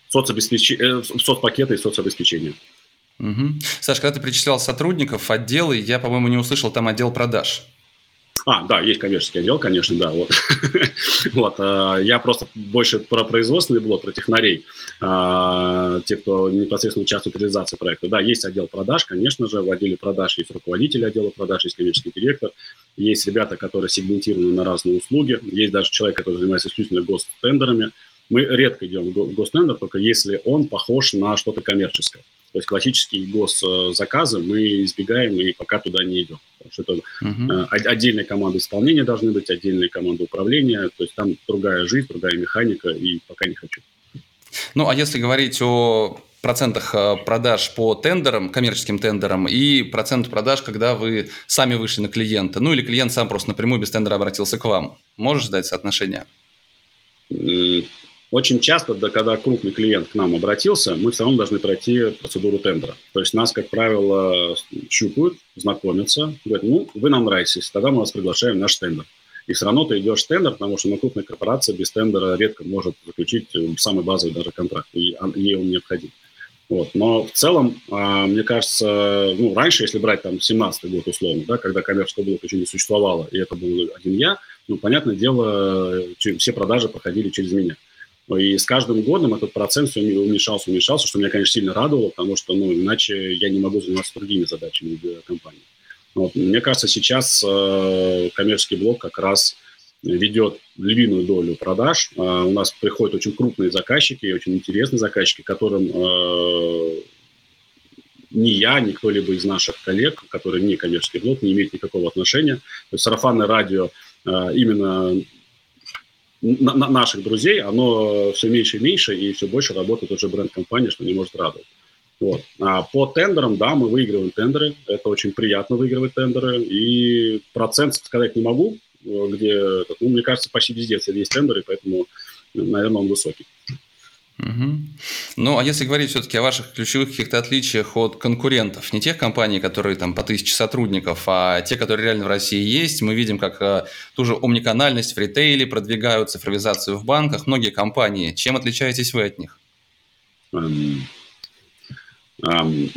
соцобеспеч... соцпакеты и соцобеспечения. Угу. Саш, когда ты перечислял сотрудников, отделы, я, по-моему, не услышал там отдел продаж. А, да, есть коммерческий отдел, конечно, да. Вот. вот, я просто больше про производственный блок, про технарей, те, кто непосредственно участвует в реализации проекта. Да, есть отдел продаж, конечно же, в отделе продаж есть руководитель отдела продаж, есть коммерческий директор, есть ребята, которые сегментированы на разные услуги, есть даже человек, который занимается исключительно гостендерами. Мы редко идем в гостендер, только если он похож на что-то коммерческое. То есть классические госзаказы мы избегаем и пока туда не идем. Потому что это uh-huh. отдельная команда исполнения должны быть, отдельная команда управления. То есть там другая жизнь, другая механика, и пока не хочу. Ну, а если говорить о процентах продаж по тендерам, коммерческим тендерам, и процент продаж, когда вы сами вышли на клиента, ну или клиент сам просто напрямую без тендера обратился к вам, можешь дать соотношение? Очень часто, да, когда крупный клиент к нам обратился, мы все равно должны пройти процедуру тендера. То есть нас, как правило, щупают, знакомятся, говорят, ну, вы нам нравитесь, тогда мы вас приглашаем в наш тендер. И все равно ты идешь в тендер, потому что ну, крупная корпорация без тендера редко может заключить самый базовый даже контракт, и ей он необходим. Вот. Но в целом, мне кажется, ну, раньше, если брать там семнадцатый год условно, да, когда коммерческого блока еще не существовало, и это был один я, ну, понятное дело, все продажи проходили через меня. И с каждым годом этот процент все уменьшался, уменьшался, что меня, конечно, сильно радовало, потому что, ну, иначе я не могу заниматься другими задачами для компании. Вот. Мне кажется, сейчас э, коммерческий блок как раз ведет львиную долю продаж. Э, у нас приходят очень крупные заказчики, очень интересные заказчики, которым э, ни я, ни кто-либо из наших коллег, которые не коммерческий блок, не имеет никакого отношения. То есть сарафанное радио э, именно на, на наших друзей, оно все меньше и меньше, и все больше работает уже бренд-компания, что не может радовать. Вот. А по тендерам, да, мы выигрываем тендеры, это очень приятно выигрывать тендеры, и процент сказать не могу, где, ну, мне кажется, почти везде есть тендеры, поэтому, наверное, он высокий. Угу. Ну, а если говорить все-таки о ваших ключевых каких-то отличиях от конкурентов, не тех компаний, которые там по тысяче сотрудников, а те, которые реально в России есть, мы видим, как а, ту же омниканальность в ритейле продвигают, цифровизацию в банках, многие компании. Чем отличаетесь вы от них? Um, um,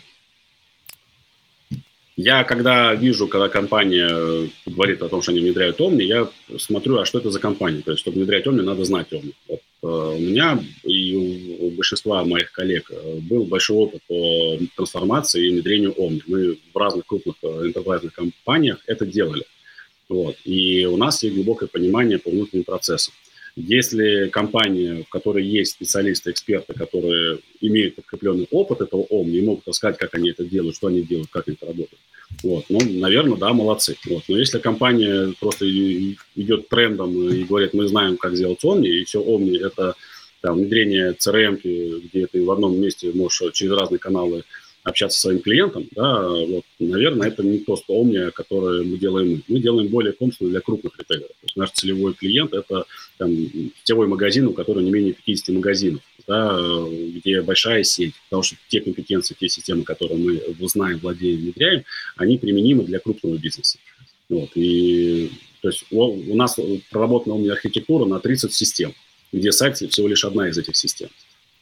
я, когда вижу, когда компания говорит о том, что они внедряют Omni, я смотрю, а что это за компания. То есть, чтобы внедрять Omni, надо знать Omni. Вот, uh, у меня и у, у большинства моих коллег был большой опыт по трансформации и внедрению Omni. Мы в разных крупных enterprise компаниях это делали. Вот. И у нас есть глубокое понимание по внутренним процессам. Если компания, в которой есть специалисты, эксперты, которые имеют подкрепленный опыт этого Omni и могут рассказать, как они это делают, что они делают, как это работает, вот, ну, наверное, да, молодцы. Вот. Но если компания просто идет трендом и говорит, мы знаем, как сделать Omni, и все Omni – это там, внедрение си эр эм, где ты в одном месте можешь через разные каналы общаться со своим клиентом, да, вот, наверное, это не просто Omni, которое мы делаем мы. Мы делаем более комплексную для крупных ритейлеров. То есть наш целевой клиент – это там, сетевой магазин, у которого не менее пятьдесят магазинов, да, где большая сеть, потому что те компетенции, те системы, которые мы знаем, владеем, внедряем, они применимы для крупного бизнеса. Вот, и, то есть у, у нас проработана Omni архитектура на тридцать систем, где сайт всего лишь одна из этих систем.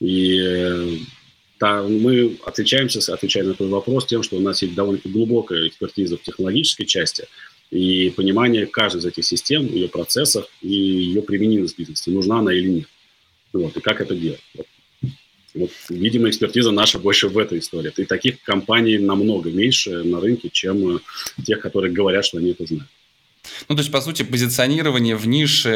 И да, мы отличаемся, отвечая на твой вопрос, тем, что у нас есть довольно-таки глубокая экспертиза в технологической части и понимание каждой из этих систем, ее процессов и ее применимость в бизнесе, нужна она или нет. Вот, и как это делать. Вот. Вот, видимо, экспертиза наша больше в этой истории. И таких компаний намного меньше на рынке, чем тех, которые говорят, что они это знают. Ну, то есть, по сути, позиционирование в нише,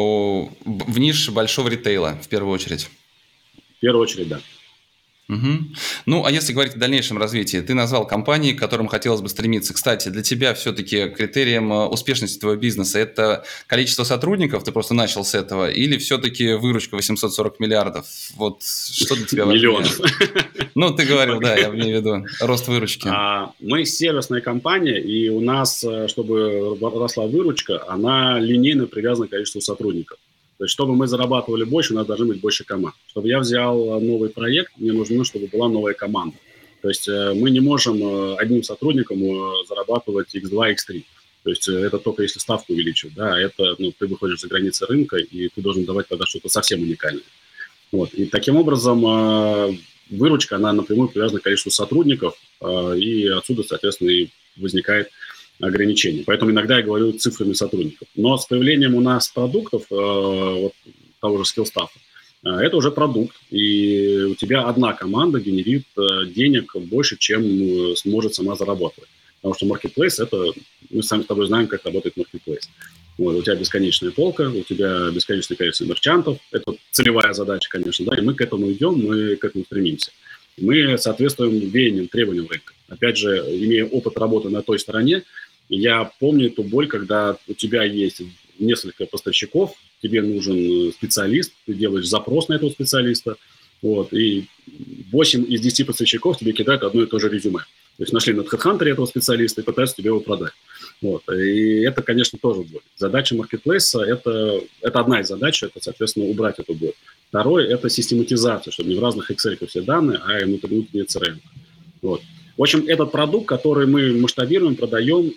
в нише большого ритейла, в первую очередь. В первую очередь, да. Угу. Ну, а если говорить о дальнейшем развитии, ты назвал компании, к которым хотелось бы стремиться. Кстати, для тебя все-таки критерием успешности твоего бизнеса – это количество сотрудников, ты просто начал с этого, или все-таки выручка восемьсот сорок миллиардов? Вот что для тебя важнее? Миллионов. Ну, ты говорил, да, я имею в виду рост выручки. Мы сервисная компания, и у нас, чтобы росла выручка, она линейно привязана к количеству сотрудников. То есть, чтобы мы зарабатывали больше, у нас должны быть больше команд. Чтобы я взял новый проект, мне нужно, чтобы была новая команда. То есть, мы не можем одним сотрудником зарабатывать икс два, икс три. То есть, это только если ставку увеличивать. Да, это, ну, ты выходишь за границы рынка, и ты должен давать тогда что-то совсем уникальное. Вот. И таким образом выручка, она напрямую привязана к количеству сотрудников, и отсюда, соответственно, и возникает ограничение. Поэтому иногда я говорю цифрами сотрудников. Но с появлением у нас продуктов, вот, того же Skillstaff, это уже продукт, и у тебя одна команда генерит денег больше, чем сможет сама зарабатывать. Потому что Marketplace – это, мы сами с тобой знаем, как работает Marketplace. Вот, у тебя бесконечная полка, у тебя бесконечное количество мерчантов. Это целевая задача, конечно, да, и мы к этому идем, мы к этому стремимся. Мы соответствуем веяниям, требованиям рынка. Опять же, имея опыт работы на той стороне, я помню эту боль, когда у тебя есть несколько поставщиков, тебе нужен специалист, ты делаешь запрос на этого специалиста, вот, и восемь из десяти поставщиков тебе кидают одно и то же резюме. То есть нашли на HeadHunter этого специалиста и пытаются тебе его продать. Вот. И это, конечно, тоже боль. Задача Marketplace это, – это одна из задач, это, соответственно, убрать эту боль. Второе – это систематизация, чтобы не в разных Excel все данные, а внутренние си ар эм. Вот. В общем, этот продукт, который мы масштабируем, продаем,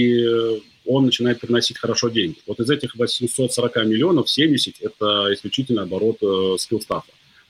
и он начинает приносить хорошо деньги. Вот из этих восемьсот сорок миллионов семьдесят – это исключительно оборот Skillstaff.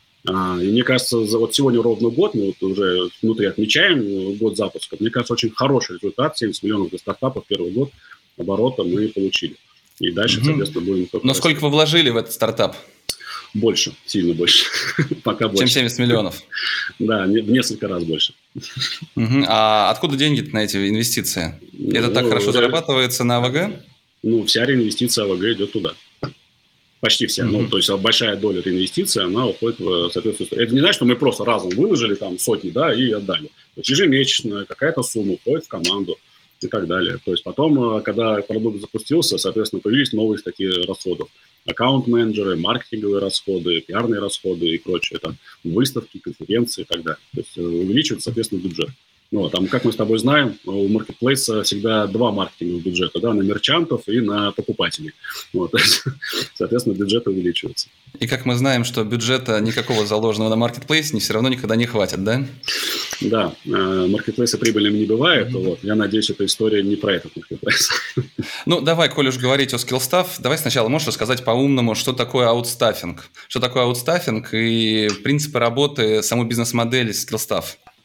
И мне кажется, вот сегодня ровно год, мы вот уже внутри отмечаем год запуска, мне кажется, очень хороший результат, семьдесят миллионов для стартапа в первый год оборота мы получили. И дальше, угу. соответственно, будем... Но расти. Сколько вы вложили в этот стартап? Больше, сильно больше. Пока больше. Чем семьдесят миллионов? Да, в несколько раз больше. Угу. А откуда деньги на эти инвестиции? Это ну, так хорошо уже... зарабатывается на АВГ? Ну, вся реинвестиция АВГ идет туда. Почти вся. Mm-hmm. Ну, то есть большая доля реинвестиции, она уходит в соответствующую... Это не значит, что мы просто разом выложили там сотни, да, и отдали. То есть ежемесячно какая-то сумма уходит в команду и так далее. То есть потом, когда продукт запустился, соответственно, появились новые статьи расходов. Аккаунт-менеджеры, маркетинговые расходы, пиарные расходы и прочее. Там выставки, конференции и так далее. То есть увеличивается, соответственно, бюджет. Ну, там, как мы с тобой знаем, у Marketplace всегда два маркетинговых бюджета, да, на мерчантов и на покупателей. Вот, соответственно, бюджет увеличивается. И как мы знаем, что бюджета никакого заложенного на Marketplace не все равно никогда не хватит, да? Да, Marketplace прибыльным не бывает. Mm-hmm. Вот, я надеюсь, эта история не про этот Marketplace. Ну, давай, коль уж говорить о Skillstaff, давай сначала можешь рассказать по-умному, что такое аутстаффинг. Что такое аутстаффинг и принципы работы, саму бизнес-модель Skillstaff.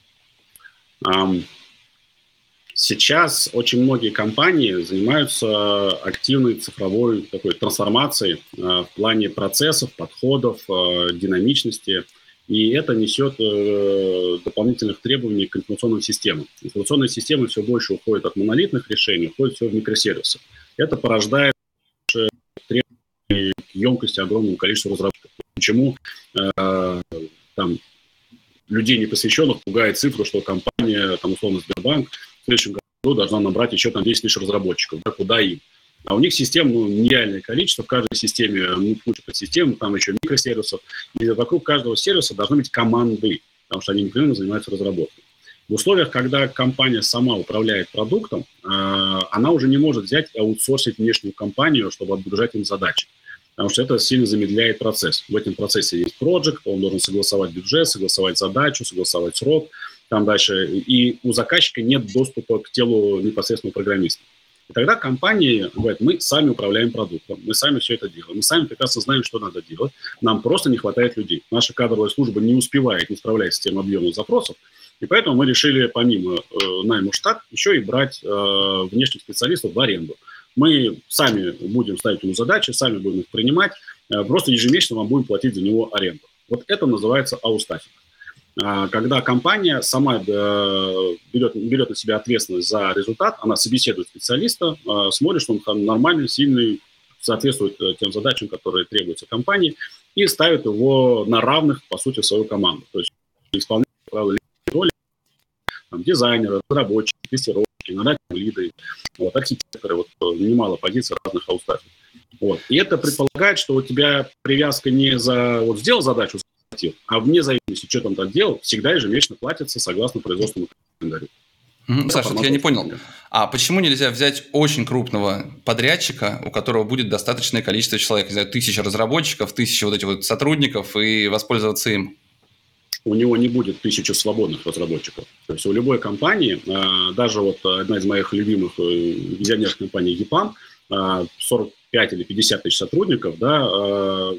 Сейчас очень многие компании занимаются активной цифровой такой трансформацией в плане процессов, подходов, динамичности, и это несет дополнительных требований к информационным системам. Информационные системы все больше уходят от монолитных решений, уходят все в микросервисы. Это порождает требования к емкости огромному количеству разработчиков. Почему там людей непосвященных пугает цифру, что компания, там, условно, Сбербанк в следующем году должна набрать еще там десять тысяч разработчиков. Да, куда им? А у них систем ну, нереальное количество. В каждой системе, ну, куча подсистем, там еще микросервисов. И вокруг каждого сервиса должны быть команды, потому что они непрерывно занимаются разработкой. В условиях, когда компания сама управляет продуктом, э, она уже не может взять и аутсорсить внешнюю компанию, чтобы отгружать им задачи. Потому что это сильно замедляет процесс. В этом процессе есть проект, он должен согласовать бюджет, согласовать задачу, согласовать срок. Там дальше. И у заказчика нет доступа к телу непосредственно программиста. И тогда компании говорят, мы сами управляем продуктом, мы сами все это делаем, мы сами прекрасно знаем, что надо делать, нам просто не хватает людей. Наша кадровая служба не успевает, не справляется с тем объемом запросов, и поэтому мы решили помимо э, найма в штат еще и брать э, внешних специалистов в аренду. Мы сами будем ставить ему задачи, сами будем их принимать, просто ежемесячно вам будем платить за него аренду. Вот это называется аутстаффинг. Когда компания сама берет, берет на себя ответственность за результат, она собеседует специалиста, смотрит, что он нормальный, сильный, соответствует тем задачам, которые требуются компании, и ставит его на равных, по сути, в свою команду. То есть исполняет роли там, дизайнера, разработчика, тестировщика, иногда лиды, вот, архитекторы, вот, немало позиций разных аутстаффингов. Вот. И это предполагает, что у тебя привязка не за вот сделал задачу, а вне зависимости, что там ты делал, всегда ежемесячно платится согласно производственному календарю. Mm-hmm. Саша, вот я не понял, а почему нельзя взять очень крупного подрядчика, у которого будет достаточное количество человек, не знаю, тысяча разработчиков, тысяча вот этих вот сотрудников, и воспользоваться им? У него не будет тысячи свободных разработчиков. То есть у любой компании, даже вот одна из моих любимых визионерных компаний и пам, сорок пять или пятьдесят тысяч сотрудников, да,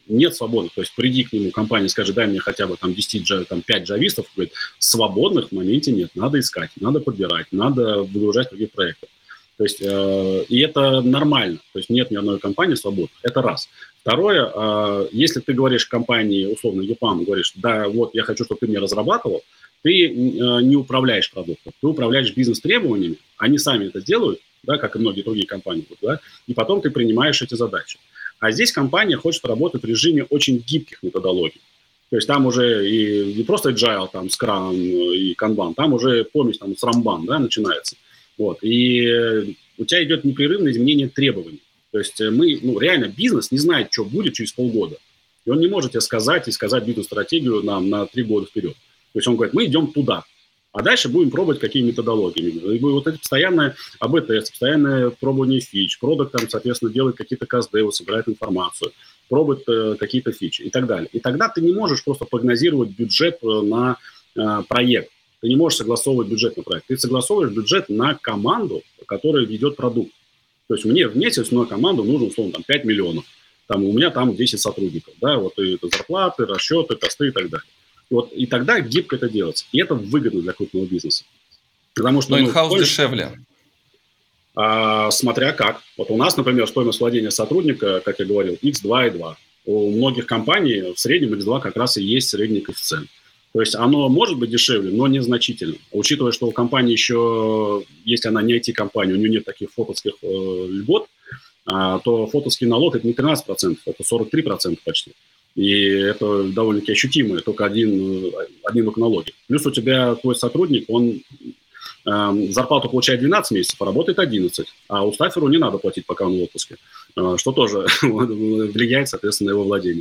нет свободных. То есть приди к нему, компания, скажи, дай мне хотя бы там десять, там, пять джавистов, говорит, свободных в моменте нет, надо искать, надо подбирать, надо выгружать другие проекты. То есть, э, и это нормально, то есть нет ни одной компании свободной, это раз. Второе, э, если ты говоришь компании, условно, ЕПАМ, говоришь, да, вот я хочу, чтобы ты мне разрабатывал, ты э, не управляешь продуктом, ты управляешь бизнес-требованиями, они сами это делают, да, как и многие другие компании, да, и потом ты принимаешь эти задачи. А здесь компания хочет работать в режиме очень гибких методологий. То есть там уже и не просто agile, там, Scrum и Kanban, там уже помесь там, с Ramban, да, начинается. Вот. И у тебя идет непрерывное изменение требований. То есть мы, ну, реально бизнес не знает, что будет через полгода. И он не может тебе сказать и сказать бизнес-стратегию нам на три года вперед. То есть он говорит, мы идем туда, а дальше будем пробовать какие методологии. И вот это постоянное эй би тест, постоянное пробование фич, продукт там, соответственно, делает какие-то каздевы, собирает информацию, пробует э, какие-то фичи и так далее. И тогда ты не можешь просто прогнозировать бюджет на э, проект. Ты не можешь согласовывать бюджет на проект. Ты согласовываешь бюджет на команду, которая ведет продукт. То есть мне в месяц на команду нужно, условно, там, пять миллионов. Там, у меня там десять сотрудников. Да, вот и это зарплаты, расчеты, косты и так далее. И, вот, и тогда гибко это делается. И это выгодно для крупного бизнеса. Потому что, но ну, инхаус хочешь, дешевле. А, смотря как. Вот у нас, например, стоимость владения сотрудника, как я говорил, икс два и два. У многих компаний в среднем икс два как раз и есть средний коэффициент. То есть оно может быть дешевле, но незначительно. Учитывая, что у компании еще, если она не ай ти-компания, у нее нет таких фотовских э, льгот, а, то фотовский налог – это не тринадцать процентов, это сорок три процента почти. И это довольно-таки ощутимо, только один, один к налоги. Плюс у тебя твой сотрудник, он э, зарплату получает двенадцать месяцев, а работает одиннадцать. А устаферу не надо платить, пока он в отпуске, э, что тоже влияет, соответственно, на его владение.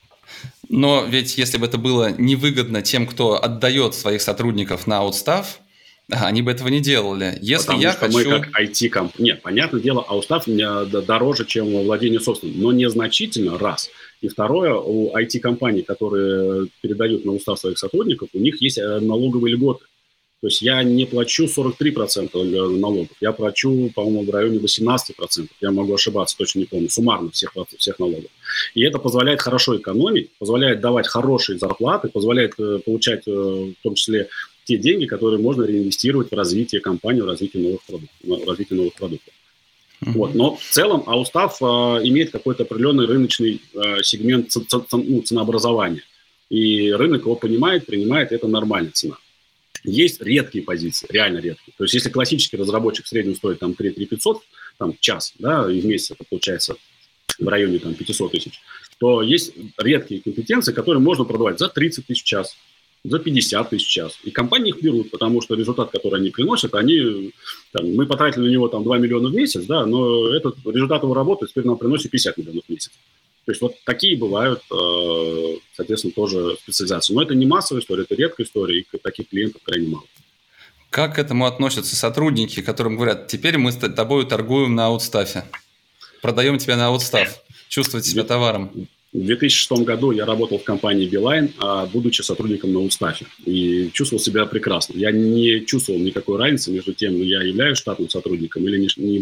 Но ведь если бы это было невыгодно тем, кто отдает своих сотрудников на аутстаф, они бы этого не делали. Если Потому я что хочу... мы как ай ти-компания... Нет, понятное дело, аутстаф дороже, чем владение собственным, но незначительно, раз. И второе, у ай ти-компаний, которые передают на устав своих сотрудников, у них есть налоговые льготы. То есть я не плачу сорок три процента налогов, я плачу, по-моему, в районе восемнадцать процентов. Я могу ошибаться, точно не помню, суммарно всех, всех налогов. И это позволяет хорошо экономить, позволяет давать хорошие зарплаты, позволяет э, получать э, в том числе те деньги, которые можно реинвестировать в развитие компании, в развитие новых продуктов. В развитие новых продуктов. Mm-hmm. Вот. Но в целом аустав э, имеет какой-то определенный рыночный э, сегмент ц- ц- ну, ценообразования. И рынок его понимает, принимает, это нормальная цена. Есть редкие позиции, реально редкие. То есть если классический разработчик в среднем стоит там три тысячи пятьсот, там час, да, и в месяц это получается в районе там пятьсот тысяч, то есть редкие компетенции, которые можно продавать за тридцать тысяч в час, за пятьдесят тысяч в час. И компании их берут, потому что результат, который они приносят, они, там, мы потратили на него там два миллиона в месяц, да, но этот результат его работы теперь нам приносит пятьдесят миллионов в месяц. То есть вот такие бывают, соответственно, тоже специализации. Но это не массовая история, это редкая история, и таких клиентов крайне мало. Как к этому относятся сотрудники, которым говорят, теперь мы с тобой торгуем на аутстафе, продаем тебя на аутстаф, чувствовать себя товаром? В две тысячи шестом году я работал в компании Beeline, будучи сотрудником на аутстафе, и чувствовал себя прекрасно. Я не чувствовал никакой разницы между тем, я являюсь штатным сотрудником или не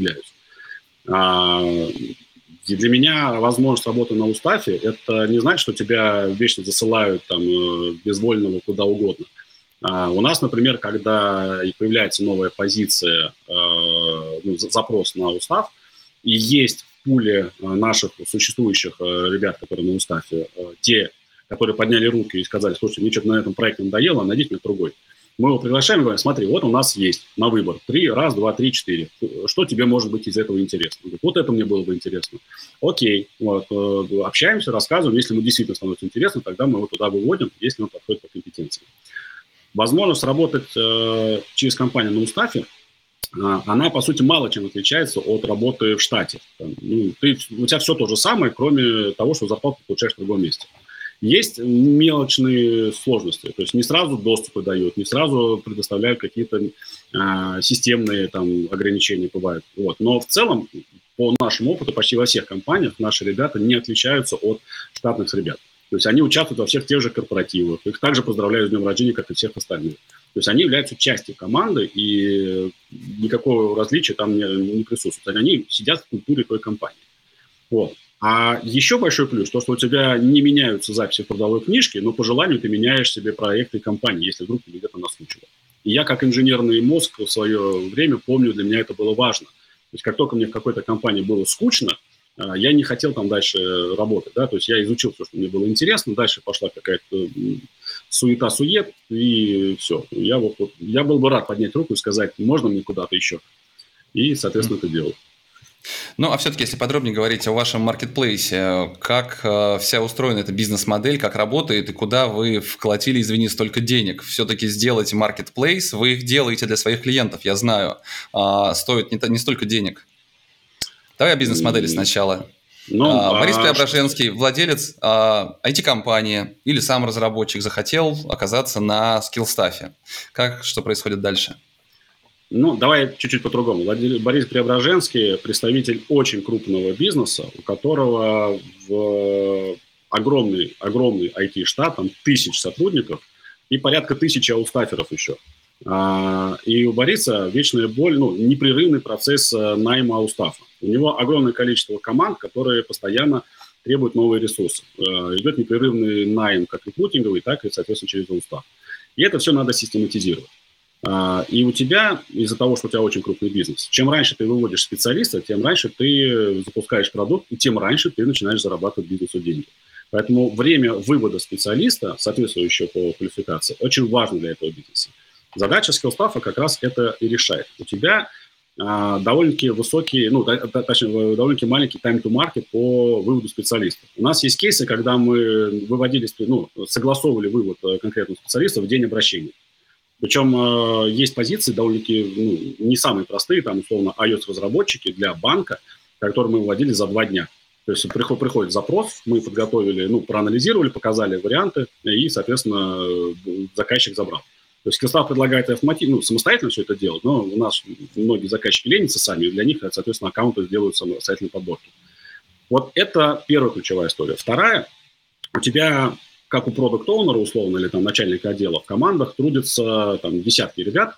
являюсь. И для меня возможность работы на устафе – это не значит, что тебя вечно засылают там, безвольного куда угодно. А у нас, например, когда появляется новая позиция, ну, запрос на устав, и есть в пуле наших существующих ребят, которые на устафе, те, которые подняли руки и сказали, слушайте, мне что-то на этом проекте надоело, найдите мне другой. Мы его приглашаем и говорим, смотри, вот у нас есть на выбор три, раз, два, три, четыре. Что тебе может быть из этого интересно? Он говорит, вот это мне было бы интересно. Окей, вот, общаемся, рассказываем. Если ему действительно становится интересно, тогда мы его туда выводим, если он подходит по компетенции. Возможность работать э, через компанию на устафе, э, она, по сути, мало чем отличается от работы в штате. Там, ну, ты, у тебя все то же самое, кроме того, что зарплату ты получаешь в другом месте. Есть мелочные сложности, то есть не сразу доступы дают, не сразу предоставляют какие-то э, системные там, ограничения бывают. Вот. Но в целом, по нашему опыту, почти во всех компаниях наши ребята не отличаются от штатных ребят. То есть они участвуют во всех тех же корпоративах, их также поздравляют с днем рождения, как и всех остальных. То есть они являются частью команды, и никакого различия там не, не присутствует. Они сидят в культуре той компании. Вот. А еще большой плюс, то, что у тебя не меняются записи в трудовой книжке, но по желанию ты меняешь себе проекты компании, если вдруг тебе где-то наскучило. И я, как инженерный мозг в свое время помню, для меня это было важно. То есть как только мне в какой-то компании было скучно, я не хотел там дальше работать. Да? То есть я изучил все, что мне было интересно, дальше пошла какая-то суета-сует, и все. Я, вот, вот, я был бы рад поднять руку и сказать, можно мне куда-то еще. И, соответственно, это делал. Ну, а все-таки, если подробнее говорить о вашем маркетплейсе, как э, вся устроена эта бизнес-модель, как работает и куда вы вколотили, извини, столько денег? Все-таки сделать маркетплейс, вы их делаете для своих клиентов, я знаю, э, стоит не, не столько денег. Давай о бизнес-модели сначала. Ну, а, Борис Преображенский, что... владелец а, ай ти-компании или сам разработчик, захотел оказаться на скиллстафе. Как, что происходит дальше? Ну, давай чуть-чуть по-другому. Борис Преображенский – представитель очень крупного бизнеса, у которого в огромный, огромный ай ти-штат, там тысяч сотрудников и порядка тысячи аутстаферов еще. И у Бориса вечная боль, ну, непрерывный процесс найма аутстафа. У него огромное количество команд, которые постоянно требуют новые ресурсы. Идет непрерывный найм как рекрутинговый, так и, соответственно, через аутстаф. И это все надо систематизировать. И у тебя, из-за того, что у тебя очень крупный бизнес, чем раньше ты выводишь специалиста, тем раньше ты запускаешь продукт, и тем раньше ты начинаешь зарабатывать бизнесу деньги. Поэтому время вывода специалиста, соответствующего по квалификации, очень важно для этого бизнеса. Задача скиллстафа как раз это и решает. У тебя а, довольно-таки высокий, ну, точнее, довольно-таки маленький time to market по выводу специалистов. У нас есть кейсы, когда мы выводили, ну, согласовывали вывод конкретного специалиста в день обращения. Причем э, есть позиции довольно-таки ну, не самые простые, там, условно, iOS-разработчики для банка, которые мы выводили за два дня. То есть приход, приходит запрос, мы подготовили, ну, проанализировали, показали варианты, и, соответственно, заказчик забрал. То есть скиллстаф предлагает автоматически, ну, самостоятельно все это делать, но у нас многие заказчики ленятся сами, и для них, соответственно, аккаунты сделают самостоятельные подборки. Вот это первая ключевая история. Вторая, у тебя... как у продакт-оунера, условно, или там начальника отдела, в командах трудятся там десятки ребят,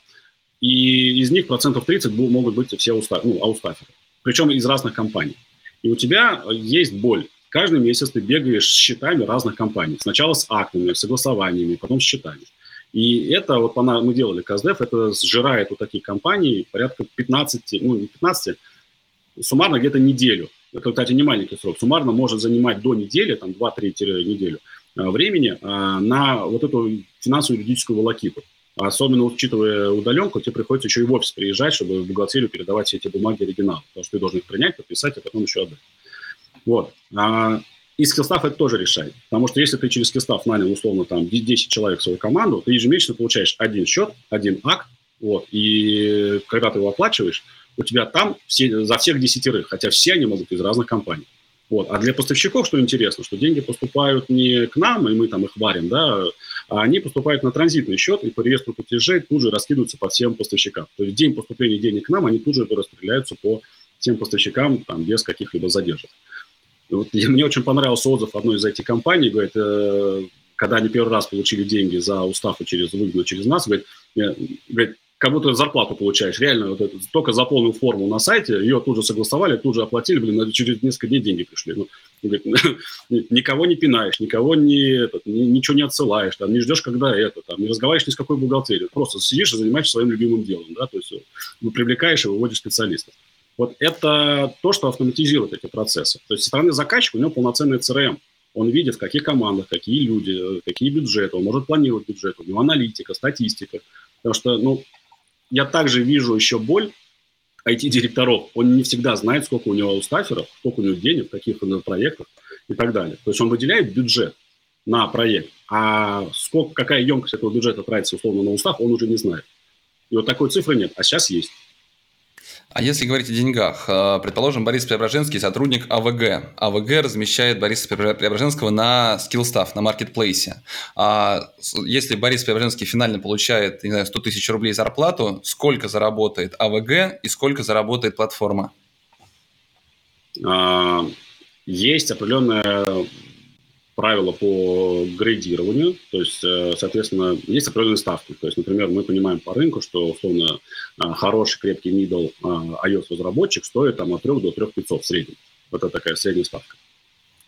и из них процентов тридцать могут быть все ауста, ну, аутстаферы, причем из разных компаний. И у тебя есть боль. Каждый месяц ты бегаешь с счетами разных компаний. Сначала с актами, согласованиями, потом с счетами. И это, вот мы делали КСДФ, это сжирает у таких компаний порядка пятнадцати, ну не пятнадцати, суммарно где-то неделю. Это, кстати, не маленький срок. Суммарно может занимать до недели, там два-три неделю времени на вот эту финансовую юридическую волокиту. Особенно учитывая удаленку, тебе приходится еще и в офис приезжать, чтобы в бухгалтерию передавать все эти бумаги оригинал. Потому что ты должен их принять, подписать, а потом еще отдать. Вот. И скиллстаф это тоже решает. Потому что если ты через скиллстаф нанял, условно, там, десять человек в свою команду, ты ежемесячно получаешь один счет, один акт, вот, и когда ты его оплачиваешь, у тебя там все, за всех десятерых, хотя все они могут из разных компаний. Вот. А для поставщиков, что интересно, что деньги поступают не к нам, и мы там их варим, да, а они поступают на транзитный счет, и по реестру платежей тут же раскидываются по всем поставщикам. То есть в день поступления денег к нам, они тут же распределяются по всем поставщикам там, без каких-либо задержек. Вот, мне очень понравился отзыв одной из этих компаний, говорит, э, когда они первый раз получили деньги за устав и через, выгодно через нас, говорит, э, говорит, как будто зарплату получаешь. Реально, вот это, только заполнил форму на сайте, ее тут же согласовали, тут же оплатили, блин, через несколько дней деньги пришли. Ну, говорит, никого не пинаешь, никого не, этот, ничего не отсылаешь, там, не ждешь, когда это, там, не разговариваешь ни с какой бухгалтерией. Просто сидишь и занимаешься своим любимым делом. Да? То есть ну, привлекаешь и выводишь специалистов. Вот это то, что автоматизирует эти процессы. То есть со стороны заказчика у него полноценный си эр эм. Он видит, в каких командах, какие люди, какие бюджеты. Он может планировать бюджет. У него аналитика, статистика. Потому что, ну, я также вижу еще боль ай ти-директоров. Он не всегда знает, сколько у него аутстаферов, сколько у него денег, в каких он проектах и так далее. То есть он выделяет бюджет на проект, а сколько, какая емкость этого бюджета тратится условно на аутстаф, он уже не знает. И вот такой цифры нет, а сейчас есть. А если говорить о деньгах, предположим, Борис Преображенский сотрудник а вэ гэ. а вэ гэ размещает Бориса Преображенского на скиллстаф, на маркетплейсе. А если Борис Преображенский финально получает, не знаю, сто тысяч рублей зарплату, сколько заработает а вэ гэ и сколько заработает платформа? Есть определенная правила по грейдированию, то есть, соответственно, есть определенные ставки. То есть, например, мы понимаем по рынку, что, условно, хороший, крепкий middle iOS-разработчик стоит там, от трёх до трёх тысяч пятисот в среднем. Вот это такая средняя ставка.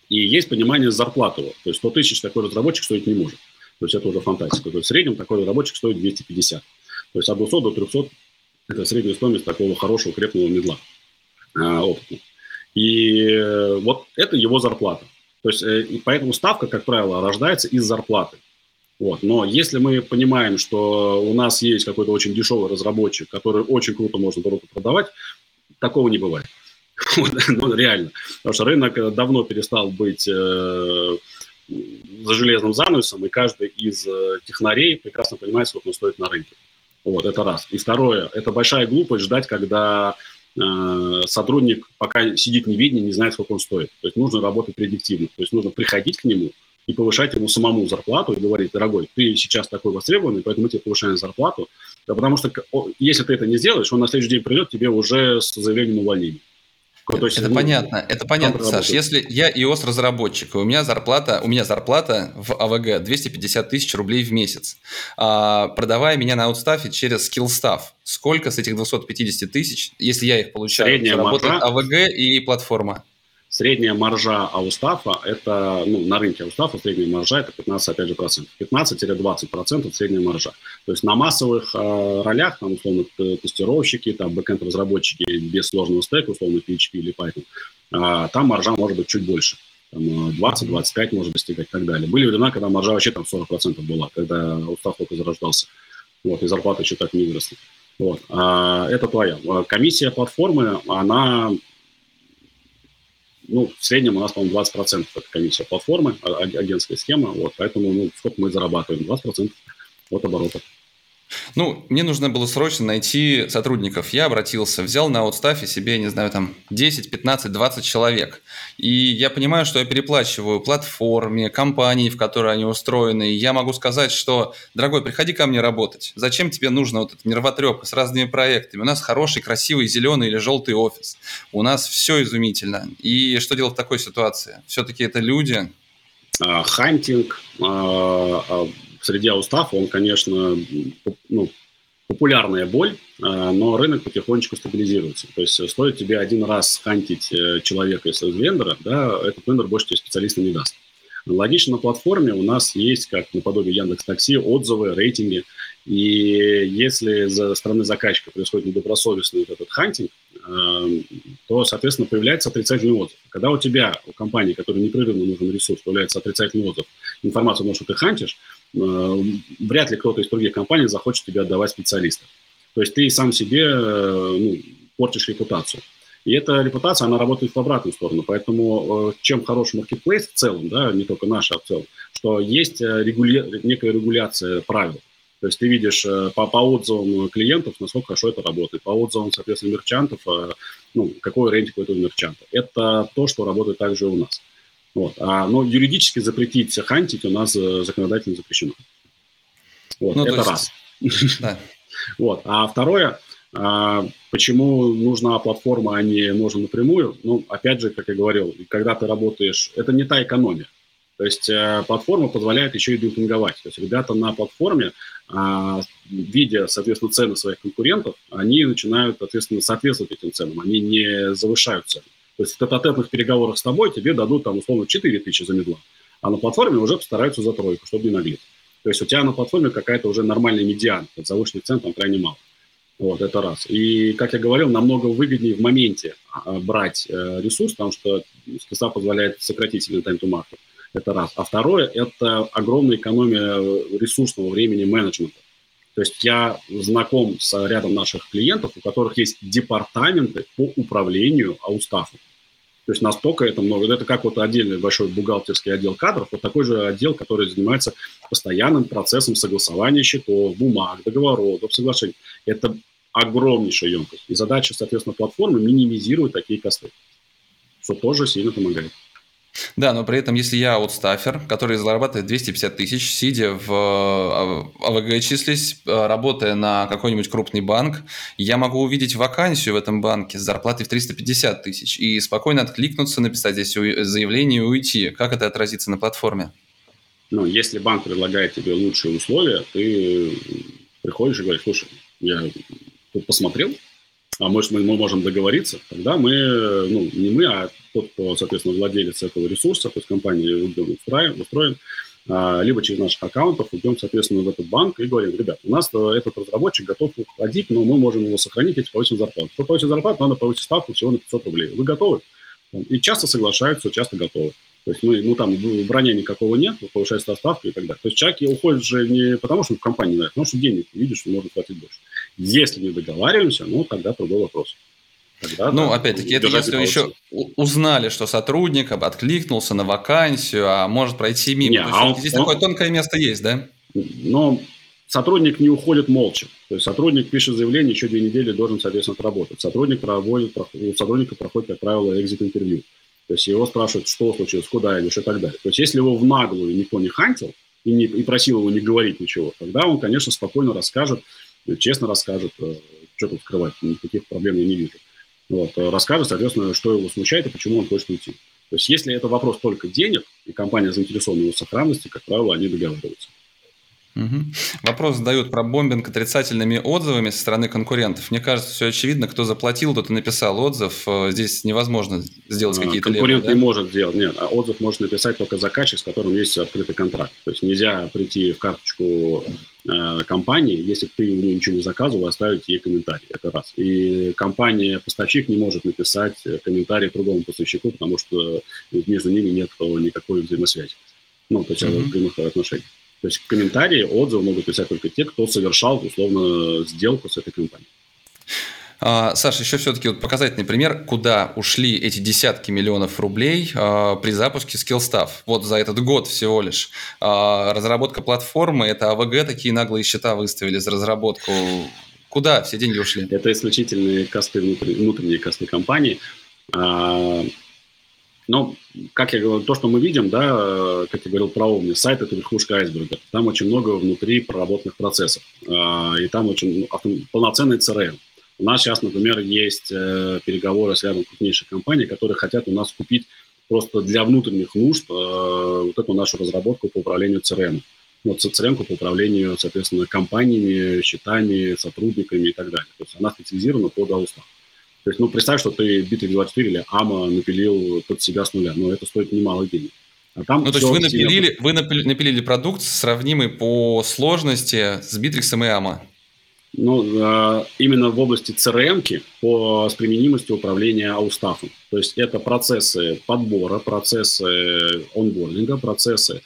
И есть понимание зарплаты. То есть сто тысяч такой разработчик стоить не может. То есть это уже фантастика. То есть в среднем такой разработчик стоит двести пятьдесят. То есть от двухсот до трехсот – это средняя стоимость такого хорошего, крепкого медла, а, опытного. И вот это его зарплата. То есть и поэтому ставка, как правило, рождается из зарплаты. Вот. Но если мы понимаем, что у нас есть какой-то очень дешевый разработчик, который очень круто можно дорого продавать, такого не бывает. Ну, реально. Потому что рынок давно перестал быть э, за железным занавесом, и каждый из э, технарей прекрасно понимает, сколько он стоит на рынке. Вот, это раз. И второе, это большая глупость ждать, когда э, сотрудник пока сидит не видно, не знает, сколько он стоит. То есть нужно работать предиктивно. То есть нужно приходить к нему и повышать ему самому зарплату и говорить: дорогой, ты сейчас такой востребованный, поэтому мы тебе повышаем зарплату. Да, потому что если ты это не сделаешь, он на следующий день придет к тебе уже с заявлением увольнения. Это, есть, это ну, понятно, это понятно, Саш. Если я iOS-разработчик, и у меня зарплата, у меня зарплата в АВГ двести пятьдесят тысяч рублей в месяц, а, продавая меня на аутстафе через Skillstaff, сколько с этих двухсот пятидесяти тысяч, если я их получаю, заработает АВГ и платформа? Средняя маржа Аустафа, это, ну, на рынке Аустафа средняя маржа это пятнадцать, опять же, процентов. пятнадцать-двадцать процентов средняя маржа. То есть на массовых э, ролях, там, условно, тестировщики, там, бэкэнд-разработчики без сложного стека, условно, пи эйч пи или Python, э, там маржа может быть чуть больше. двадцать-двадцать пять может достигать и так далее. Были времена, когда маржа вообще там сорок процентов была, когда Аустаф только зарождался. Вот, и зарплата еще так не выросла. Вот. А, это твоя. Комиссия платформы, она... Ну, в среднем у нас, по-моему, двадцать процентов это комиссия платформы, агентская схема, вот, поэтому, ну, сколько мы зарабатываем? двадцать процентов от оборота. Ну, мне нужно было срочно найти сотрудников. Я обратился, взял на аутстафе себе, не знаю, там десять, пятнадцать, двадцать человек. И я понимаю, что я переплачиваю платформе, компании, в которой они устроены. И я могу сказать, что, дорогой, приходи ко мне работать. Зачем тебе нужно вот эта нервотрепка с разными проектами? У нас хороший, красивый, зеленый или желтый офис. У нас все изумительно. И что делать в такой ситуации? Все-таки это люди. Хантинг, среди аустафа, он, конечно, ну, популярная боль, но рынок потихонечку стабилизируется. То есть стоит тебе один раз хантить человека из вендора, да, этот вендор больше тебе специалиста не даст. Логично, на платформе у нас есть, как наподобие Яндекс.Такси, отзывы, рейтинги. И если со стороны заказчика происходит недобросовестный вот этот хантинг, то, соответственно, появляется отрицательный отзыв. Когда у тебя, у компании, которой непрерывно нужен ресурс, появляется отрицательный отзыв, информация о том, что ты хантишь, вряд ли кто-то из других компаний захочет тебе отдавать специалистов. То есть ты сам себе, ну, портишь репутацию. И эта репутация, она работает в обратную сторону. Поэтому чем хорош маркетплейс в целом, да, не только наш, а в целом, что есть регуля... некая регуляция правил. То есть ты видишь по, по отзывам клиентов, насколько хорошо это работает, по отзывам, соответственно, мерчантов, ну, какой рейтинг у этого мерчанта. Это то, что работает также у нас. Вот. А, но юридически запретить хантить у нас законодательно запрещено. Вот. Ну, это раз. Да. Вот. А второе, почему нужна платформа, а не нужна напрямую? Ну, опять же, как я говорил, когда ты работаешь, это не та экономия. То есть э, платформа позволяет еще и демпинговать. То есть ребята на платформе, э, видя, соответственно, цены своих конкурентов, они начинают, соответственно, соответствовать этим ценам. Они не завышают цены. То есть в тет-а-тетных переговорах с тобой тебе дадут, там, условно, четыре тысячи за медла. А на платформе уже постараются за тройку, чтобы не наглеть. То есть у тебя на платформе какая-то уже нормальная медиана. От завышенных цен там крайне мало. Вот, это раз. И, как я говорил, намного выгоднее в моменте э, брать э, ресурс, потому что Skillstaff позволяет сократить time to market. Это раз. А второе – это огромная экономия ресурсного времени менеджмента. То есть я знаком с рядом наших клиентов, у которых есть департаменты по управлению аустафом. То есть настолько это много. Это как вот отдельный большой бухгалтерский отдел кадров, вот такой же отдел, который занимается постоянным процессом согласования счетов, бумаг, договоров, соглашений. Это огромнейшая емкость. И задача, соответственно, платформы минимизировать такие косты, что тоже сильно помогает. Да, но при этом, если я аутстафер, который зарабатывает двести пятьдесят тысяч, сидя в АВГ числись, работая на какой-нибудь крупный банк, я могу увидеть вакансию в этом банке с зарплатой в триста пятьдесят тысяч и спокойно откликнуться, написать здесь заявление и уйти. Как это отразится на платформе? Ну, если банк предлагает тебе лучшие условия, ты приходишь и говоришь: слушай, я тут посмотрел, а может, мы, мы можем договориться, тогда мы, ну, не мы, а тот, кто, соответственно, владелец этого ресурса, то есть компания устроен, устроен а, либо через наших аккаунтов идем, соответственно, в этот банк и говорим: ребят, у нас этот разработчик готов уходить, но мы можем его сохранить, если повысим зарплату. Чтобы повысить зарплату, надо повысить ставку всего на пятьсот рублей. Вы готовы? И часто соглашаются, часто готовы. То есть, мы, ну, там броня никакого нет, повышается ставка и так далее. То есть, человек уходит же не потому, что в компании нравится, потому что денег видит, что можно платить больше. Если не договариваемся, ну, тогда другой вопрос. Тогда, ну, да, опять-таки, это если еще узнали, что сотрудник откликнулся на вакансию, а может пройти мимо. Не, То есть, а он, здесь он, такое тонкое место есть, да? Но сотрудник не уходит молча. То есть, сотрудник пишет заявление, еще две недели должен, соответственно, отработать. Сотрудник проводит, у сотрудника проходит, как правило, экзит-интервью. То есть, его спрашивают, что случилось, куда идешь и так далее. То есть, если его в наглую никто не хантил и, не, и просил его не говорить ничего, тогда он, конечно, спокойно расскажет, честно расскажет, что тут скрывать, никаких проблем я не вижу. Вот, расскажет, соответственно, что его смущает и почему он хочет уйти. То есть, если это вопрос только денег, и компания заинтересована в его сохранности, как правило, они договариваются. Угу. Вопрос задают про бомбинг отрицательными отзывами со стороны конкурентов. Мне кажется, все очевидно, кто заплатил, тот и написал отзыв. Здесь невозможно сделать какие-то левые. Конкурент левые, не да? может сделать, нет. А отзыв может написать только заказчик, с которым есть открытый контракт. То есть нельзя прийти в карточку э, компании, если ты у нее ничего не заказывал, оставить ей комментарий. Это раз. И компания-поставщик не может написать комментарий другому поставщику, потому что между ними нет никакой взаимосвязи. Ну, то есть mm-hmm. прямых отношений. То есть комментарии, отзывы могут писать только те, кто совершал, условно, сделку с этой компанией. А, Саша, еще все-таки вот показательный пример, куда ушли эти десятки миллионов рублей а, при запуске Skillstaff. Вот за этот год всего лишь. А, разработка платформы, это АВГ такие наглые счета выставили за разработку. Куда все деньги ушли? Это исключительные косты, внутренние, внутренние косты компании. А, Но, как я говорил, то, что мы видим, да, как я говорил про Omni, сайт – это верхушка айсберга. Там очень много внутри проработанных процессов. И там очень полноценный си ар эм. У нас сейчас, например, есть переговоры с рядом крупнейших компаний, которые хотят у нас купить просто для внутренних нужд вот эту нашу разработку по управлению си ар эм. Вот си ар эм по управлению, соответственно, компаниями, счетами, сотрудниками и так далее. То есть она специализирована под аустав. То есть, ну, представь, что ты Bittrex двадцать четыре или АМА напилил под себя с нуля, но это стоит немало денег. А там ну, то есть вы напилили, вы напилили продукт, сравнимый по сложности с Bittrex и АМА? Ну, именно в области си ар эм-ки по, с применимостью управления аустафом. То есть это процессы подбора, процессы онбординга, процессы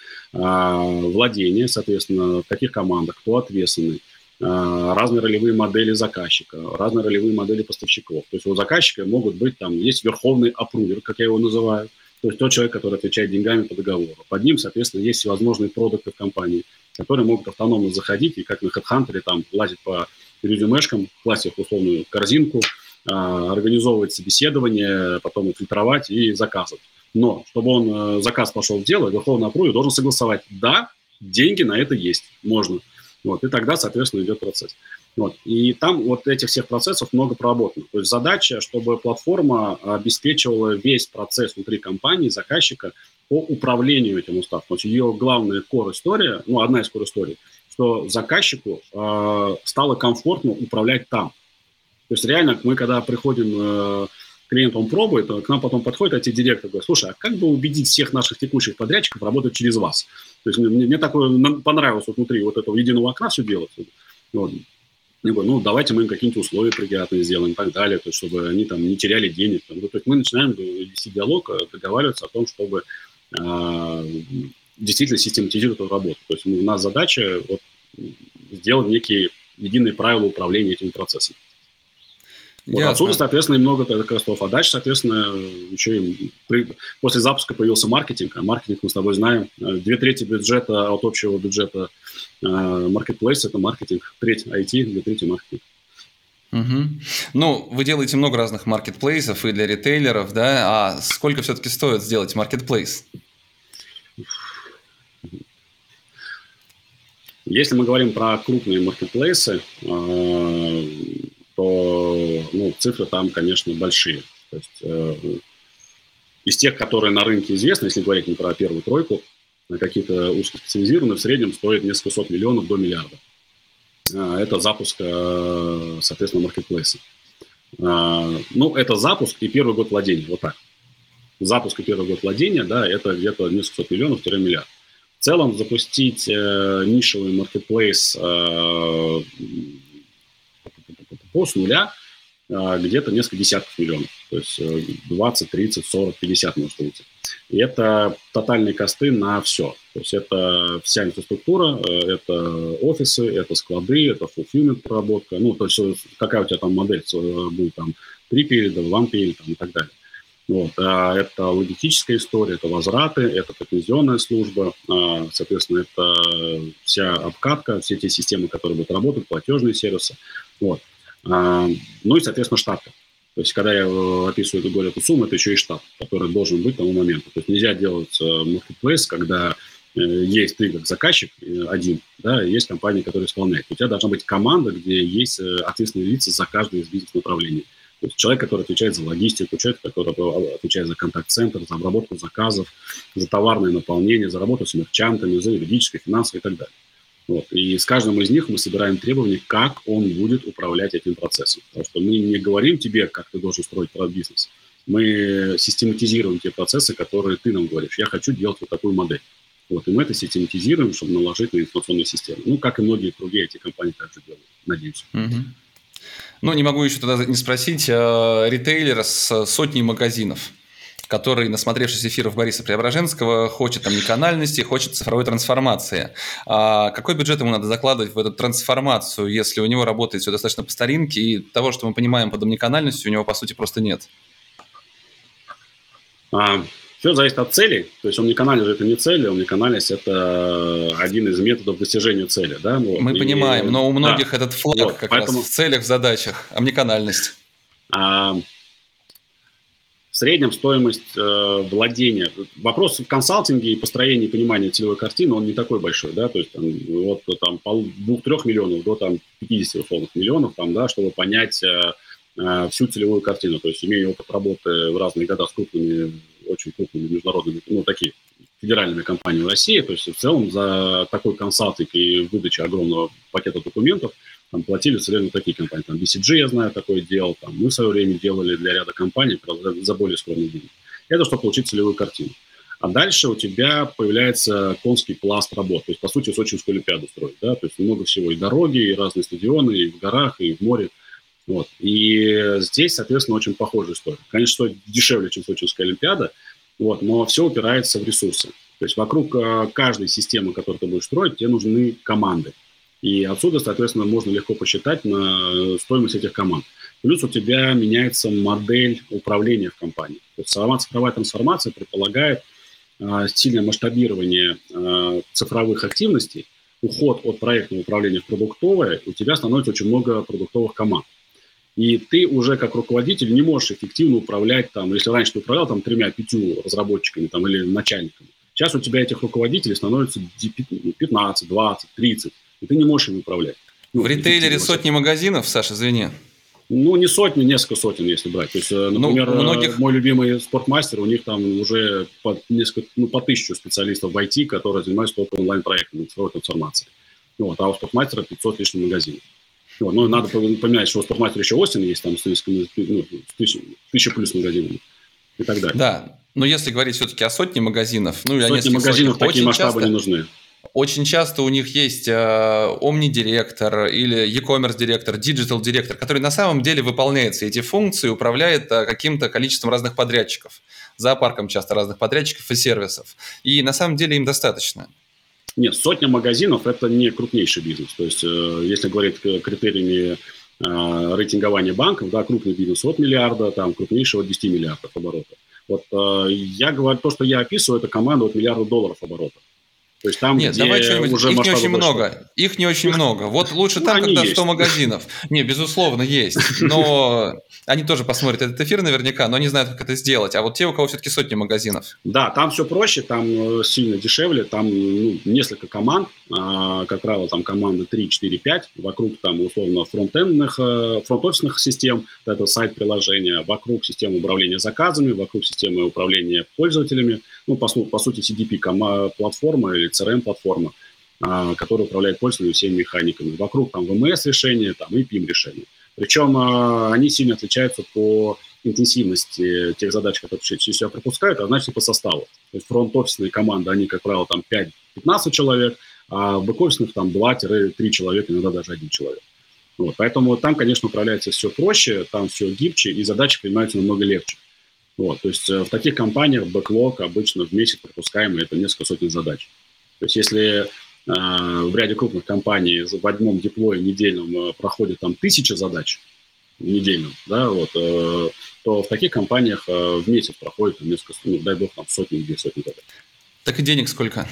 владения, соответственно, в каких командах, кто ответственный. Разные ролевые модели заказчика, разные ролевые модели поставщиков. То есть у заказчика могут быть, там, есть верховный апрувер, как я его называю, то есть тот человек, который отвечает деньгами по договору. Под ним, соответственно, есть всевозможные продукты в компании, которые могут автономно заходить и как на HeadHunter там лазить по резюмешкам, класть их в условную корзинку, организовывать собеседование, потом их фильтровать и заказывать. Но чтобы он, заказ пошел в дело, верховный апрувер должен согласовать: да, деньги на это есть, можно. Вот, и тогда, соответственно, идет процесс. Вот. И там вот этих всех процессов много проработано. То есть задача, чтобы платформа обеспечивала весь процесс внутри компании, заказчика по управлению этим уставом. То есть ее главная core-история, ну, одна из core-историй, что заказчику э, стало комфортно управлять там. То есть реально мы, когда приходим... Э, клиент, он пробует, к нам потом подходит ай ти-директор и говорит: слушай, а как бы убедить всех наших текущих подрядчиков работать через вас? То есть мне, мне такое понравилось вот внутри вот этого единого окна все делать. Вот. Я говорю: ну, давайте мы им какие-нибудь условия приятные сделаем и так далее, то есть, чтобы они там не теряли денег. То есть мы начинаем вести диалог, договариваться о том, чтобы э, действительно систематизировать эту работу. То есть у нас задача вот, сделать некие единые правила управления этими процессами. Вот отсюда, соответственно, и много костов. А дальше, соответственно, еще и при, после запуска появился маркетинг. А маркетинг, мы с тобой знаем, две трети бюджета от общего бюджета маркетплейса – это маркетинг, треть ай ти, две трети маркетинг. Угу. Ну, вы делаете много разных маркетплейсов и для ритейлеров, да? А сколько все-таки стоит сделать маркетплейс? Если мы говорим про крупные маркетплейсы, то ну, цифры там, конечно, большие. То есть, э, из тех, которые на рынке известны, если говорить не про первую тройку, какие-то узкоспециализированные, в среднем стоят несколько сот миллионов до миллиарда. Э, это запуск, э, соответственно, маркетплейса. Ну, это запуск и первый год владения, вот так. Запуск и первый год владения, да, это где-то несколько сот миллионов-миллиард. В целом запустить э, нишевый маркетплейс э, по с нуля э, где-то несколько десятков миллионов. То есть э, двадцать, тридцать, сорок, пятьдесят может выйти. И это тотальные косты на все. То есть это вся инфраструктура, э, это офисы, это склады, это fulfillment проработка. Ну, то есть какая у тебя там модель будет, там, три периода, one period там, и так далее. Вот. А это логистическая история, это возвраты, это претензионная служба, а, соответственно, это вся обкатка, все те системы, которые будут работать, платежные сервисы. Вот. А, ну и, соответственно, штатка. То есть, когда я описываю эту, говорю, эту сумму, это еще и штат, который должен быть к тому моменту. То есть нельзя делать маркетплейс, когда э, есть ты как заказчик э, один, да, и есть компания, которая исполняет. У тебя должна быть команда, где есть э, ответственные лица за каждое из бизнес-направлений. То есть человек, который отвечает за логистику, человек, который отвечает за контакт-центр, за обработку заказов, за товарное наполнение, за работу с мерчантами, за юридическое, финансовое и так далее. Вот. И с каждым из них мы собираем требования, как он будет управлять этим процессом. Потому что мы не говорим тебе, как ты должен строить бизнес. Мы систематизируем те процессы, которые ты нам говоришь. Я хочу делать вот такую модель. Вот. И мы это систематизируем, чтобы наложить на информационную систему. Ну, как и многие другие эти компании также делают, надеюсь. Mm-hmm. Ну, не могу еще тогда не спросить. Э, ритейлер с сотней магазинов, который, насмотревшись эфиров Бориса Преображенского, хочет омниканальности, хочет цифровой трансформации. А какой бюджет ему надо закладывать в эту трансформацию, если у него работает все достаточно по старинке, и того, что мы понимаем под омниканальностью, у него, по сути, просто нет? А, все зависит от целей. То есть омниканальность же это не цель, омниканальность это один из методов достижения цели. Да? Вот. Мы и, понимаем, но у многих да. этот флаг вот, как поэтому... раз в целях, в задачах, омниканальность. А... В среднем стоимость э, владения. Вопрос в консалтинге и построении понимания целевой картины, он не такой большой, да, то есть там, от там, двух-трех миллионов до там, пятидесяти условных миллионов, там, да, чтобы понять э, э, всю целевую картину. То есть имея опыт работы в разные года с крупными, очень крупными международными, ну, такие федеральными компаниями в России, то есть в целом за такой консалтинг и выдачу огромного пакета документов там платили все время такие компании. Там би си джи, я знаю, такое делал. Там, мы в свое время делали для ряда компаний за более скромные деньги. Это чтобы получить целевую картину. А дальше у тебя появляется конский пласт работ. То есть, по сути, Сочинскую Олимпиаду строить. Да? То есть много всего. И дороги, и разные стадионы, и в горах, и в море. Вот. И здесь, соответственно, очень похожая история. Конечно, стоит дешевле, чем Сочинская Олимпиада, вот, но все упирается в ресурсы. То есть вокруг каждой системы, которую ты будешь строить, тебе нужны команды. И отсюда, соответственно, можно легко посчитать на стоимость этих команд. Плюс у тебя меняется модель управления в компании. То есть сама цифровая трансформация предполагает э, сильное масштабирование э, цифровых активностей, уход от проектного управления в продуктовое, у тебя становится очень много продуктовых команд. И ты уже как руководитель не можешь эффективно управлять, там, если раньше ты управлял там, тремя-пятью разработчиками там, или начальниками, сейчас у тебя этих руководителей становится пятнадцать, двадцать, тридцать. И ты не можешь им управлять. Ну, в ритейлере сотни магазинов, Саша, извини. Ну, не сотни, несколько сотен, если брать. То есть, например, ну, многих... мой любимый спортмастер, у них там уже по, несколько, ну, по тысячу специалистов в ай ти, которые занимаются только онлайн-проектами, цифровой трансформацией. Вот, а у спортмастера пятьсот лишних магазинов. Вот, ну, надо поменять, что у спортмастера еще Остин есть, там, с тысяча плюс магазинов и так далее. Да, но если говорить все-таки о сотне магазинов... Ну, сотни магазинов такие масштабы не нужны. Очень часто у них есть э, Omni-директор или e-commerce директор, digital директор, который на самом деле выполняет все эти функции, управляет э, каким-то количеством разных подрядчиков, зоопарком часто разных подрядчиков и сервисов. И на самом деле им достаточно. Нет, сотня магазинов – это не крупнейший бизнес. То есть, э, если говорить критериями э, рейтингования банков, да, крупный бизнес от миллиарда, там, крупнейшего от десяти миллиардов оборотов. Вот э, я говорю, то, что я описываю, это команда от миллиарда долларов оборотов. То есть там, Нет, давай что-нибудь. Уже их не очень много. Их не очень их... много. Вот лучше ну, там, когда есть. сто магазинов. Не, безусловно, есть. Но они тоже посмотрят этот эфир наверняка, но не знают, как это сделать. А вот те, у кого все-таки сотни магазинов. Да, там все проще, там сильно дешевле. Там ну, несколько команд. А, как правило, там команды три, четыре, пять. Вокруг там условно фронтендных, фронт-офисных систем. Это сайт-приложения. Вокруг системы управления заказами. Вокруг системы управления пользователями. Ну, по, по сути, си ди пи-платформа или си ар эм-платформа, а, которая управляет пользователями всеми механиками. Вокруг там ви эм эс-решения там, и пи ай эм-решения. Причем э, они сильно отличаются по интенсивности тех задач, которые через себя пропускают, а значит и по составу. То есть фронт-офисные команды, они, как правило, там пять-пятнадцать человек, а в бэк-офисных там два-три человека, иногда даже один человек. Вот, поэтому там, конечно, управляется все проще, там все гибче, и задачи принимаются намного легче. Вот, то есть в таких компаниях бэклог обычно в месяц пропускаемый это несколько сотен задач. То есть если э, в ряде крупных компаний в одном деплое недельном э, проходит там тысяча задач в недельном, да, вот, э, то в таких компаниях э, в месяц проходит там, несколько, ну, дай бог, там сотни-две сотни задач. Так и денег сколько?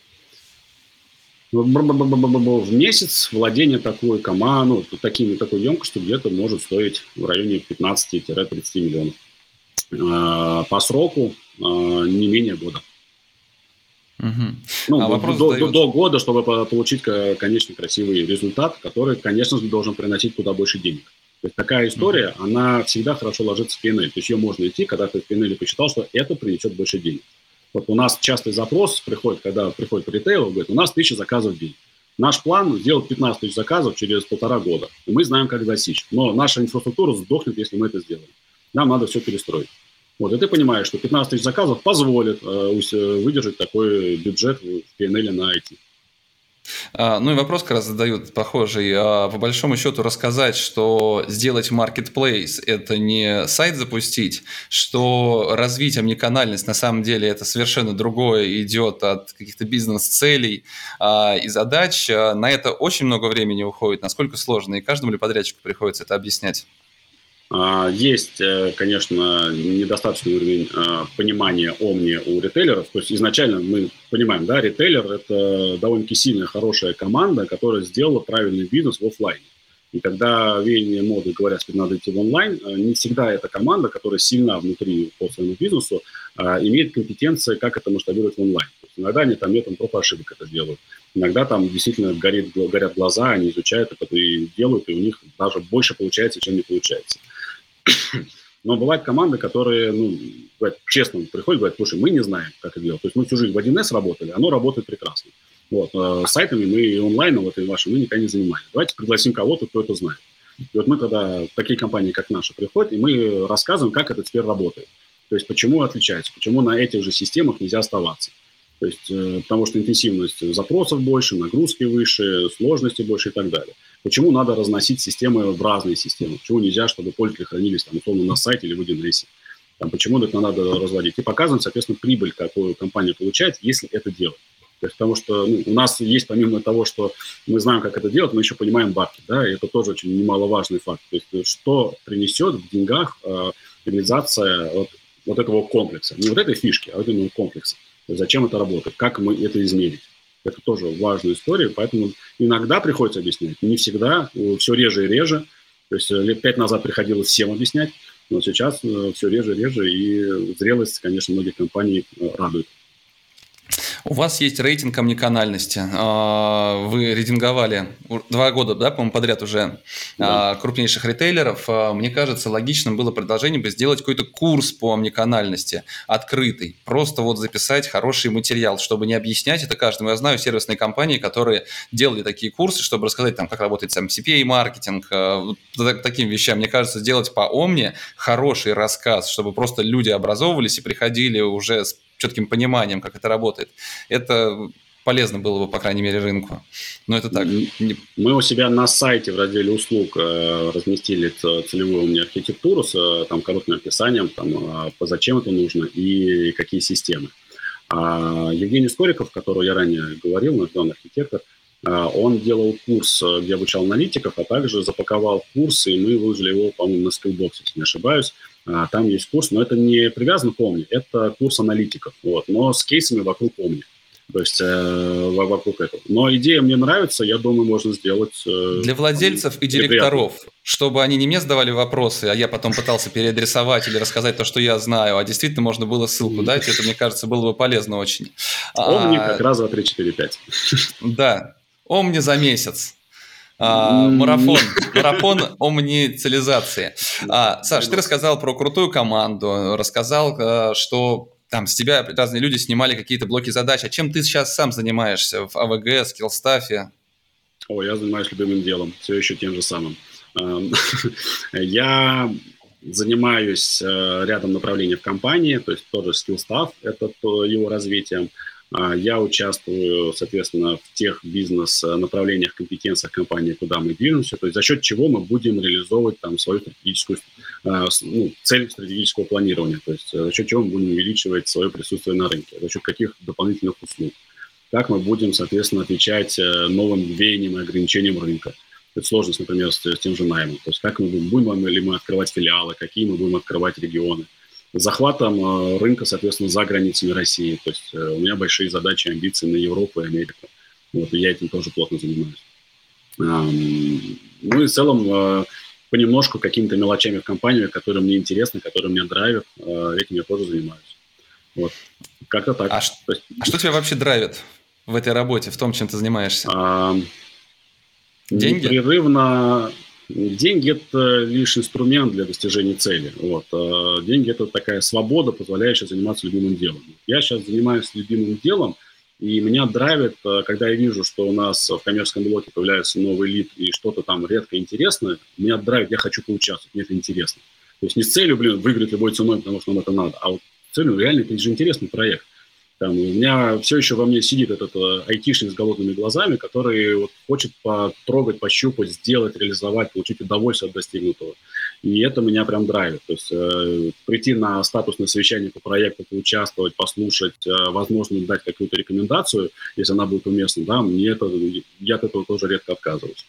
В месяц владение такой командой, ну, такими, такой емкостью где-то может стоить в районе пятнадцать-тридцать миллионов. По сроку не менее года. Угу. Ну, а до, до, до, до года, чтобы получить конечный красивый результат, который, конечно же, должен приносить куда больше денег. То есть такая история, угу. она всегда хорошо ложится в пи эн эл. То есть ее можно идти, когда ты в пи эн эл посчитал, что это принесет больше денег. Вот у нас частый запрос приходит, когда приходит ритейл, говорит, у нас тысяча заказов в день. Наш план сделать пятнадцать тысяч заказов через полтора года. И мы знаем, как достичь. Но наша инфраструктура сдохнет, если мы это сделаем. Нам надо все перестроить. Вот, и ты понимаешь, что пятнадцать тысяч заказов позволит э, выдержать такой бюджет в пи эн эл на ай ти. А, ну и вопрос как раз задают похожий. А, по большому счету рассказать, что сделать marketplace – это не сайт запустить, что развить омниканальность на самом деле это совершенно другое, идет от каких-то бизнес-целей а, и задач. А, на это очень много времени уходит. Насколько сложно? И каждому ли подрядчику приходится это объяснять? Есть, конечно, недостаточный уровень понимания омни у ритейлеров. То есть изначально мы понимаем, да, ритейлер – это довольно-таки сильная, хорошая команда, которая сделала правильный бизнес в офлайне. И когда веяние моды говорят, что надо идти в онлайн, не всегда эта команда, которая сильна внутри по своему бизнесу, имеет компетенции, как это масштабировать в онлайн. То есть иногда они там методом проб и ошибок это делают. Иногда там действительно горит, горят глаза, они изучают это и делают, и у них даже больше получается, чем не получается. Но бывают команды, которые, ну, говорят, честно приходят, говорят, слушай, мы не знаем, как это делать. То есть мы всю жизнь в один эс работали, оно работает прекрасно. Вот, э, сайтами мы и онлайном, вот и вашим, мы никогда не занимались. Давайте пригласим кого-то, кто это знает. И вот мы тогда, такие компании, как наша, приходят, и мы рассказываем, как это теперь работает. То есть почему отличается, почему на этих же системах нельзя оставаться. То есть, э, потому что интенсивность запросов больше, нагрузки выше, сложности больше и так далее. Почему надо разносить системы в разные системы? Почему нельзя, чтобы пользователи хранились там, условно, на сайте или в один эс? Там, почему это надо разводить? И показываем, соответственно, прибыль, какую компания получает, если это делать. То есть, потому что ну, у нас есть, помимо того, что мы знаем, как это делать, мы еще понимаем бабки. Да? И это тоже очень немаловажный факт. То есть, что принесет в деньгах э, реализация вот, вот этого комплекса. Не вот этой фишки, а вот именно комплекса. То есть, зачем это работает, как мы это измерить. Это тоже важная история, поэтому иногда приходится объяснять, не всегда, все реже и реже. То есть лет пять назад приходилось всем объяснять, но сейчас все реже и реже, и зрелость, конечно, многих компаний радует. У вас есть рейтинг омниканальности. Вы рейтинговали два года, да, по-моему, подряд уже да. крупнейших ритейлеров. Мне кажется, логичным было предложение бы сделать какой-то курс по омниканальности, открытый. Просто вот записать хороший материал, чтобы не объяснять это каждому. Я знаю сервисные компании, которые делали такие курсы, чтобы рассказать, там, как работает сам си пи эй-маркетинг, таким вещам. Мне кажется, сделать по Омни хороший рассказ, чтобы просто люди образовывались и приходили уже с четким пониманием, как это работает. Это полезно было бы, по крайней мере, рынку. Но это так. Мы у себя на сайте в разделе услуг э, разместили целевую у меня архитектуру с э, там, коротким описанием, там, э, зачем это нужно и какие системы. А Евгений Скориков, которого я ранее говорил, наш главный архитектор, э, он делал курс, где обучал аналитиков, а также запаковал курс, и мы выложили его, по-моему, на Skillbox, если не ошибаюсь. Там есть курс, но это не привязан к Омни, это курс аналитиков, вот, но с кейсами вокруг Омни, то есть э, вокруг этого. Но идея мне нравится, я думаю, можно сделать... Э, Для владельцев и директоров, приятно. Чтобы они не мне задавали вопросы, а я потом пытался переадресовать или рассказать то, что я знаю, а действительно можно было ссылку дать, это, мне кажется, было бы полезно очень. Омни а, как раз два, три, четыре, пять. Да, Омни за месяц. А, марафон, марафон омницилизации. А, Саш, ты рассказал про крутую команду, рассказал, что там с тебя разные люди снимали какие-то блоки задач. А чем ты сейчас сам занимаешься в эй ви джи, Skillstaff? О, я занимаюсь любимым делом, все еще тем же самым. Я занимаюсь рядом направлений в компании, то есть тоже скиллстафф, это его развитием. Я участвую, соответственно, в тех бизнес-направлениях, компетенциях компании, куда мы движемся, то есть за счет чего мы будем реализовывать там свою стратегическую, ну, цель стратегического планирования, то есть за счет чего мы будем увеличивать свое присутствие на рынке, за счет каких дополнительных услуг, как мы будем, соответственно, отвечать новым веяниям и ограничениям рынка. Это сложность, например, с, с тем же наймом, то есть как мы будем, будем ли мы открывать филиалы, какие мы будем открывать регионы. Захватом э, рынка, соответственно, за границами России. То есть э, у меня большие задачи, амбиции на Европу и Америку. Вот, и я этим тоже плотно занимаюсь. Эм, ну и в целом э, понемножку какими-то мелочами в компании, которые мне интересны, которые меня драйвят, э, этим я тоже занимаюсь. Вот. Как-то так. А, есть... а что тебя вообще драйвит в этой работе, в том, чем ты занимаешься? Эм, Деньги? Непрерывно... Деньги – это лишь инструмент для достижения цели. Вот. Деньги – это такая свобода, позволяющая заниматься любимым делом. Я сейчас занимаюсь любимым делом, и меня драйвит, когда я вижу, что у нас в коммерческом блоке появляется новый лид и что-то там редко интересное, меня драйвит, я хочу поучаствовать, мне это интересно. То есть не с целью, блин, выиграть любой ценой, потому что нам это надо, а вот с целью, реально, это же интересный проект. Там, у меня все еще во мне сидит этот э, айтишник с голодными глазами, который вот, хочет потрогать, пощупать, сделать, реализовать, получить удовольствие от достигнутого. И это меня прям драйвит. То есть э, прийти на статусное совещание по проекту, поучаствовать, послушать, э, возможно, дать какую-то рекомендацию, если она будет уместна, да, мне это, я от этого тоже редко отказываюсь.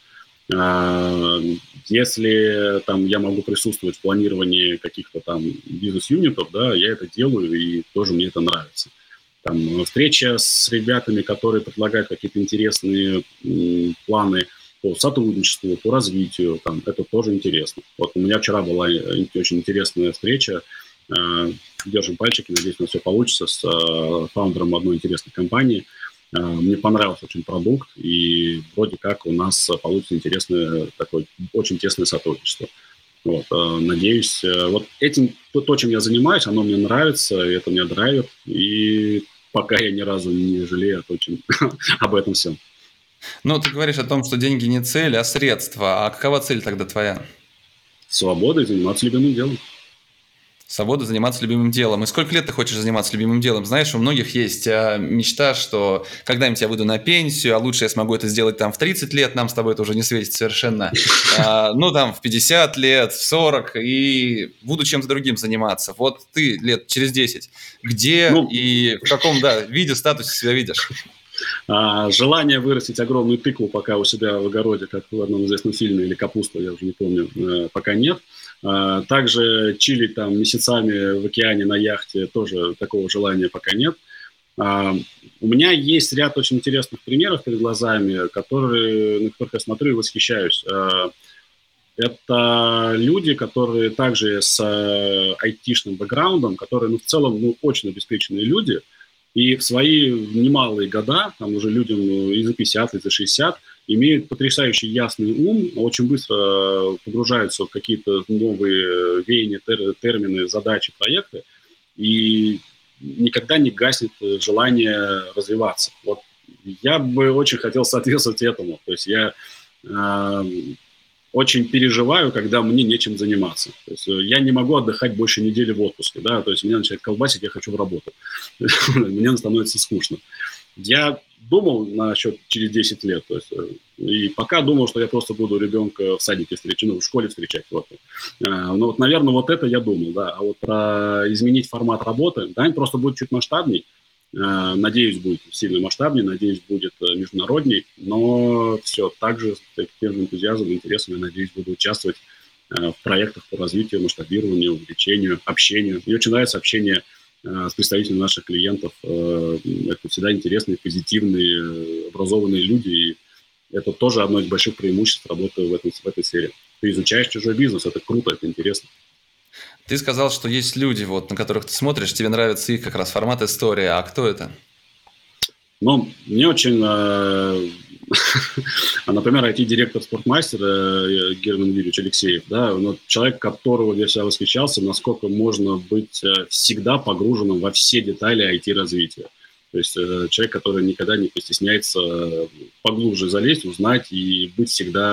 Э, если там, я могу присутствовать в планировании каких-то там бизнес-юнитов, да, я это делаю, и тоже мне это нравится. Там, встреча с ребятами, которые предлагают какие-то интересные м, планы по сотрудничеству, по развитию, там, это тоже интересно. Вот у меня вчера была очень интересная встреча, э, держим пальчики, надеюсь, у нас все получится, с э, фаундером одной интересной компании. Э, мне понравился очень продукт, и вроде как у нас получится интересное такое очень тесное сотрудничество. Вот, э, надеюсь, э, вот этим, то, то, чем я занимаюсь, оно мне нравится, и это меня драйвит, и пока я ни разу не жалею о том, чем, об этом всем. Ну, ты говоришь о том, что деньги не цель, а средство. А какова цель тогда твоя? Свобода и заниматься любимым делом. Свобода заниматься любимым делом. И сколько лет ты хочешь заниматься любимым делом? Знаешь, у многих есть а, мечта, что когда-нибудь я выйду на пенсию, а лучше я смогу это сделать там в тридцать лет, нам с тобой это уже не светит совершенно. А, ну, там в пятьдесят лет, в сорок, и буду чем-то другим заниматься. Вот ты лет через десять. Где ну, и в каком, да, виде, статусе себя видишь? А, желание вырастить огромную тыкву пока у себя в огороде, как в одном известном фильме, или капусту, я уже не помню, пока нет. Также чилить там месяцами в океане на яхте, тоже такого желания пока нет. У меня есть ряд очень интересных примеров перед глазами, которые, на которых я смотрю и восхищаюсь. Это люди, которые также с айтишным бэкграундом, которые ну, в целом ну, очень обеспеченные люди, и в свои немалые года, там уже людям и за пятьдесят, и за шестьдесят, имеют потрясающий ясный ум, очень быстро погружаются в какие-то новые веяния, тер- термины, задачи, проекты, и никогда не гаснет желание развиваться. Вот я бы очень хотел соответствовать этому. То есть я э, очень переживаю, когда мне нечем заниматься. То есть я не могу отдыхать больше недели в отпуске, да, то есть меня начинает колбасить, я хочу в работу. Мне становится скучно. Я думал насчет через десять лет, то есть, и пока думал, что я просто буду ребенка в садике встречать, ну, в школе встречать. Вот. Ну, вот, наверное, вот это я думал, да. А вот про изменить формат работы, да, он просто будет чуть масштабней. Надеюсь, будет сильно масштабнее, надеюсь, будет международней, но все так же, с тем же энтузиазмом, интересом, я надеюсь, буду участвовать в проектах по развитию, масштабированию, увеличению, общению. Мне очень нравится общение с представителями наших клиентов. Это всегда интересные, позитивные, образованные люди, и это тоже одно из больших преимуществ работы в этой, в этой сфере. Ты изучаешь чужой бизнес, это круто, это интересно. Ты сказал, что есть люди, вот, на которых ты смотришь, тебе нравится их как раз формат истории. А кто это? Ну, мне очень... Например, ай ти-директор Спортмастера Герман Юрьевич Алексеев, да, человек, которого я всегда восхищался, насколько можно быть всегда погруженным во все детали ай ти-развития. То есть человек, который никогда не постесняется поглубже залезть, узнать и быть всегда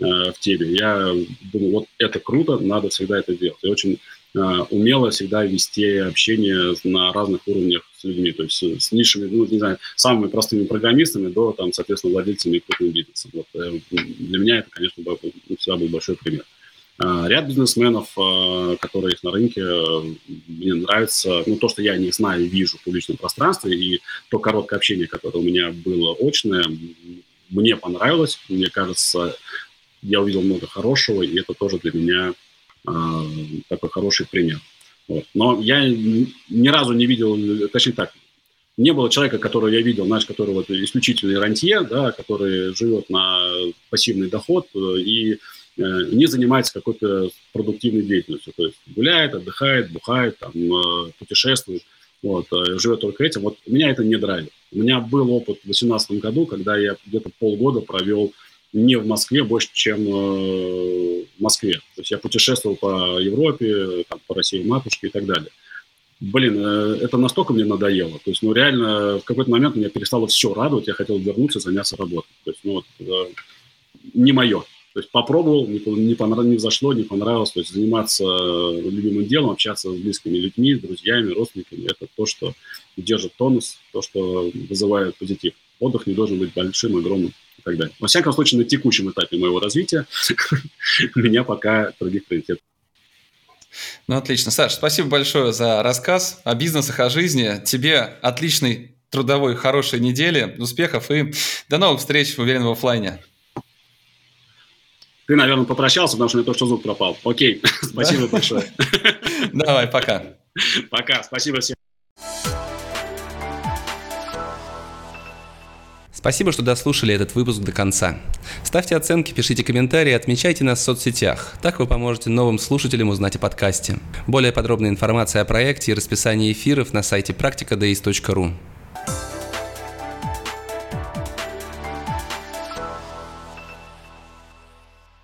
в теме. Я думаю, вот это круто, надо всегда это делать. И очень умело всегда вести общение на разных уровнях с людьми, то есть с нишами, ну, не знаю, самыми простыми программистами до, там, соответственно, владельцами крупным бизнесом. Вот, для меня это, конечно, всегда был большой пример. Ряд бизнесменов, которые есть на рынке, мне нравится, ну, то, что я не знаю и вижу в публичном пространстве, и то короткое общение, которое у меня было очное, мне понравилось, мне кажется, я увидел много хорошего, и это тоже для меня такой хороший пример. Вот. Но я ни разу не видел, точнее так, не было человека, которого я видел, знаешь, который вот исключительный рантье, да, который живет на пассивный доход и э, не занимается какой-то продуктивной деятельностью. То есть гуляет, отдыхает, бухает, там, э, путешествует, вот, э, живет только этим. Вот меня это не драйвит. У меня был опыт в две тысячи восемнадцатом году, когда я где-то полгода провел не в Москве больше, чем э, в Москве. То есть я путешествовал по Европе, там, по России матушке и так далее. Блин, э, это настолько мне надоело. То есть, ну, реально, в какой-то момент меня перестало все радовать, я хотел вернуться и заняться работой. То есть, ну, вот, э, не мое. То есть попробовал, не, не, понрав... не взошло, не понравилось. То есть заниматься любимым делом, общаться с близкими людьми, с друзьями, родственниками, это то, что держит тонус, то, что вызывает позитив. Отдых не должен быть большим, огромным и так далее. Во всяком случае, на текущем этапе моего развития у меня пока других приоритетов. Ну, отлично. Саш, спасибо большое за рассказ о бизнесах, о жизни. Тебе отличной трудовой, хорошей недели, успехов и до новых встреч, уверен, в офлайне. Ты, наверное, попрощался, потому что у меня только что звук пропал. Окей, спасибо большое. Давай, пока. Пока, спасибо всем. Спасибо, что дослушали этот выпуск до конца. Ставьте оценки, пишите комментарии, отмечайте нас в соцсетях. Так вы поможете новым слушателям узнать о подкасте. Более подробная информация о проекте и расписании эфиров на сайте практика дейс точка ру.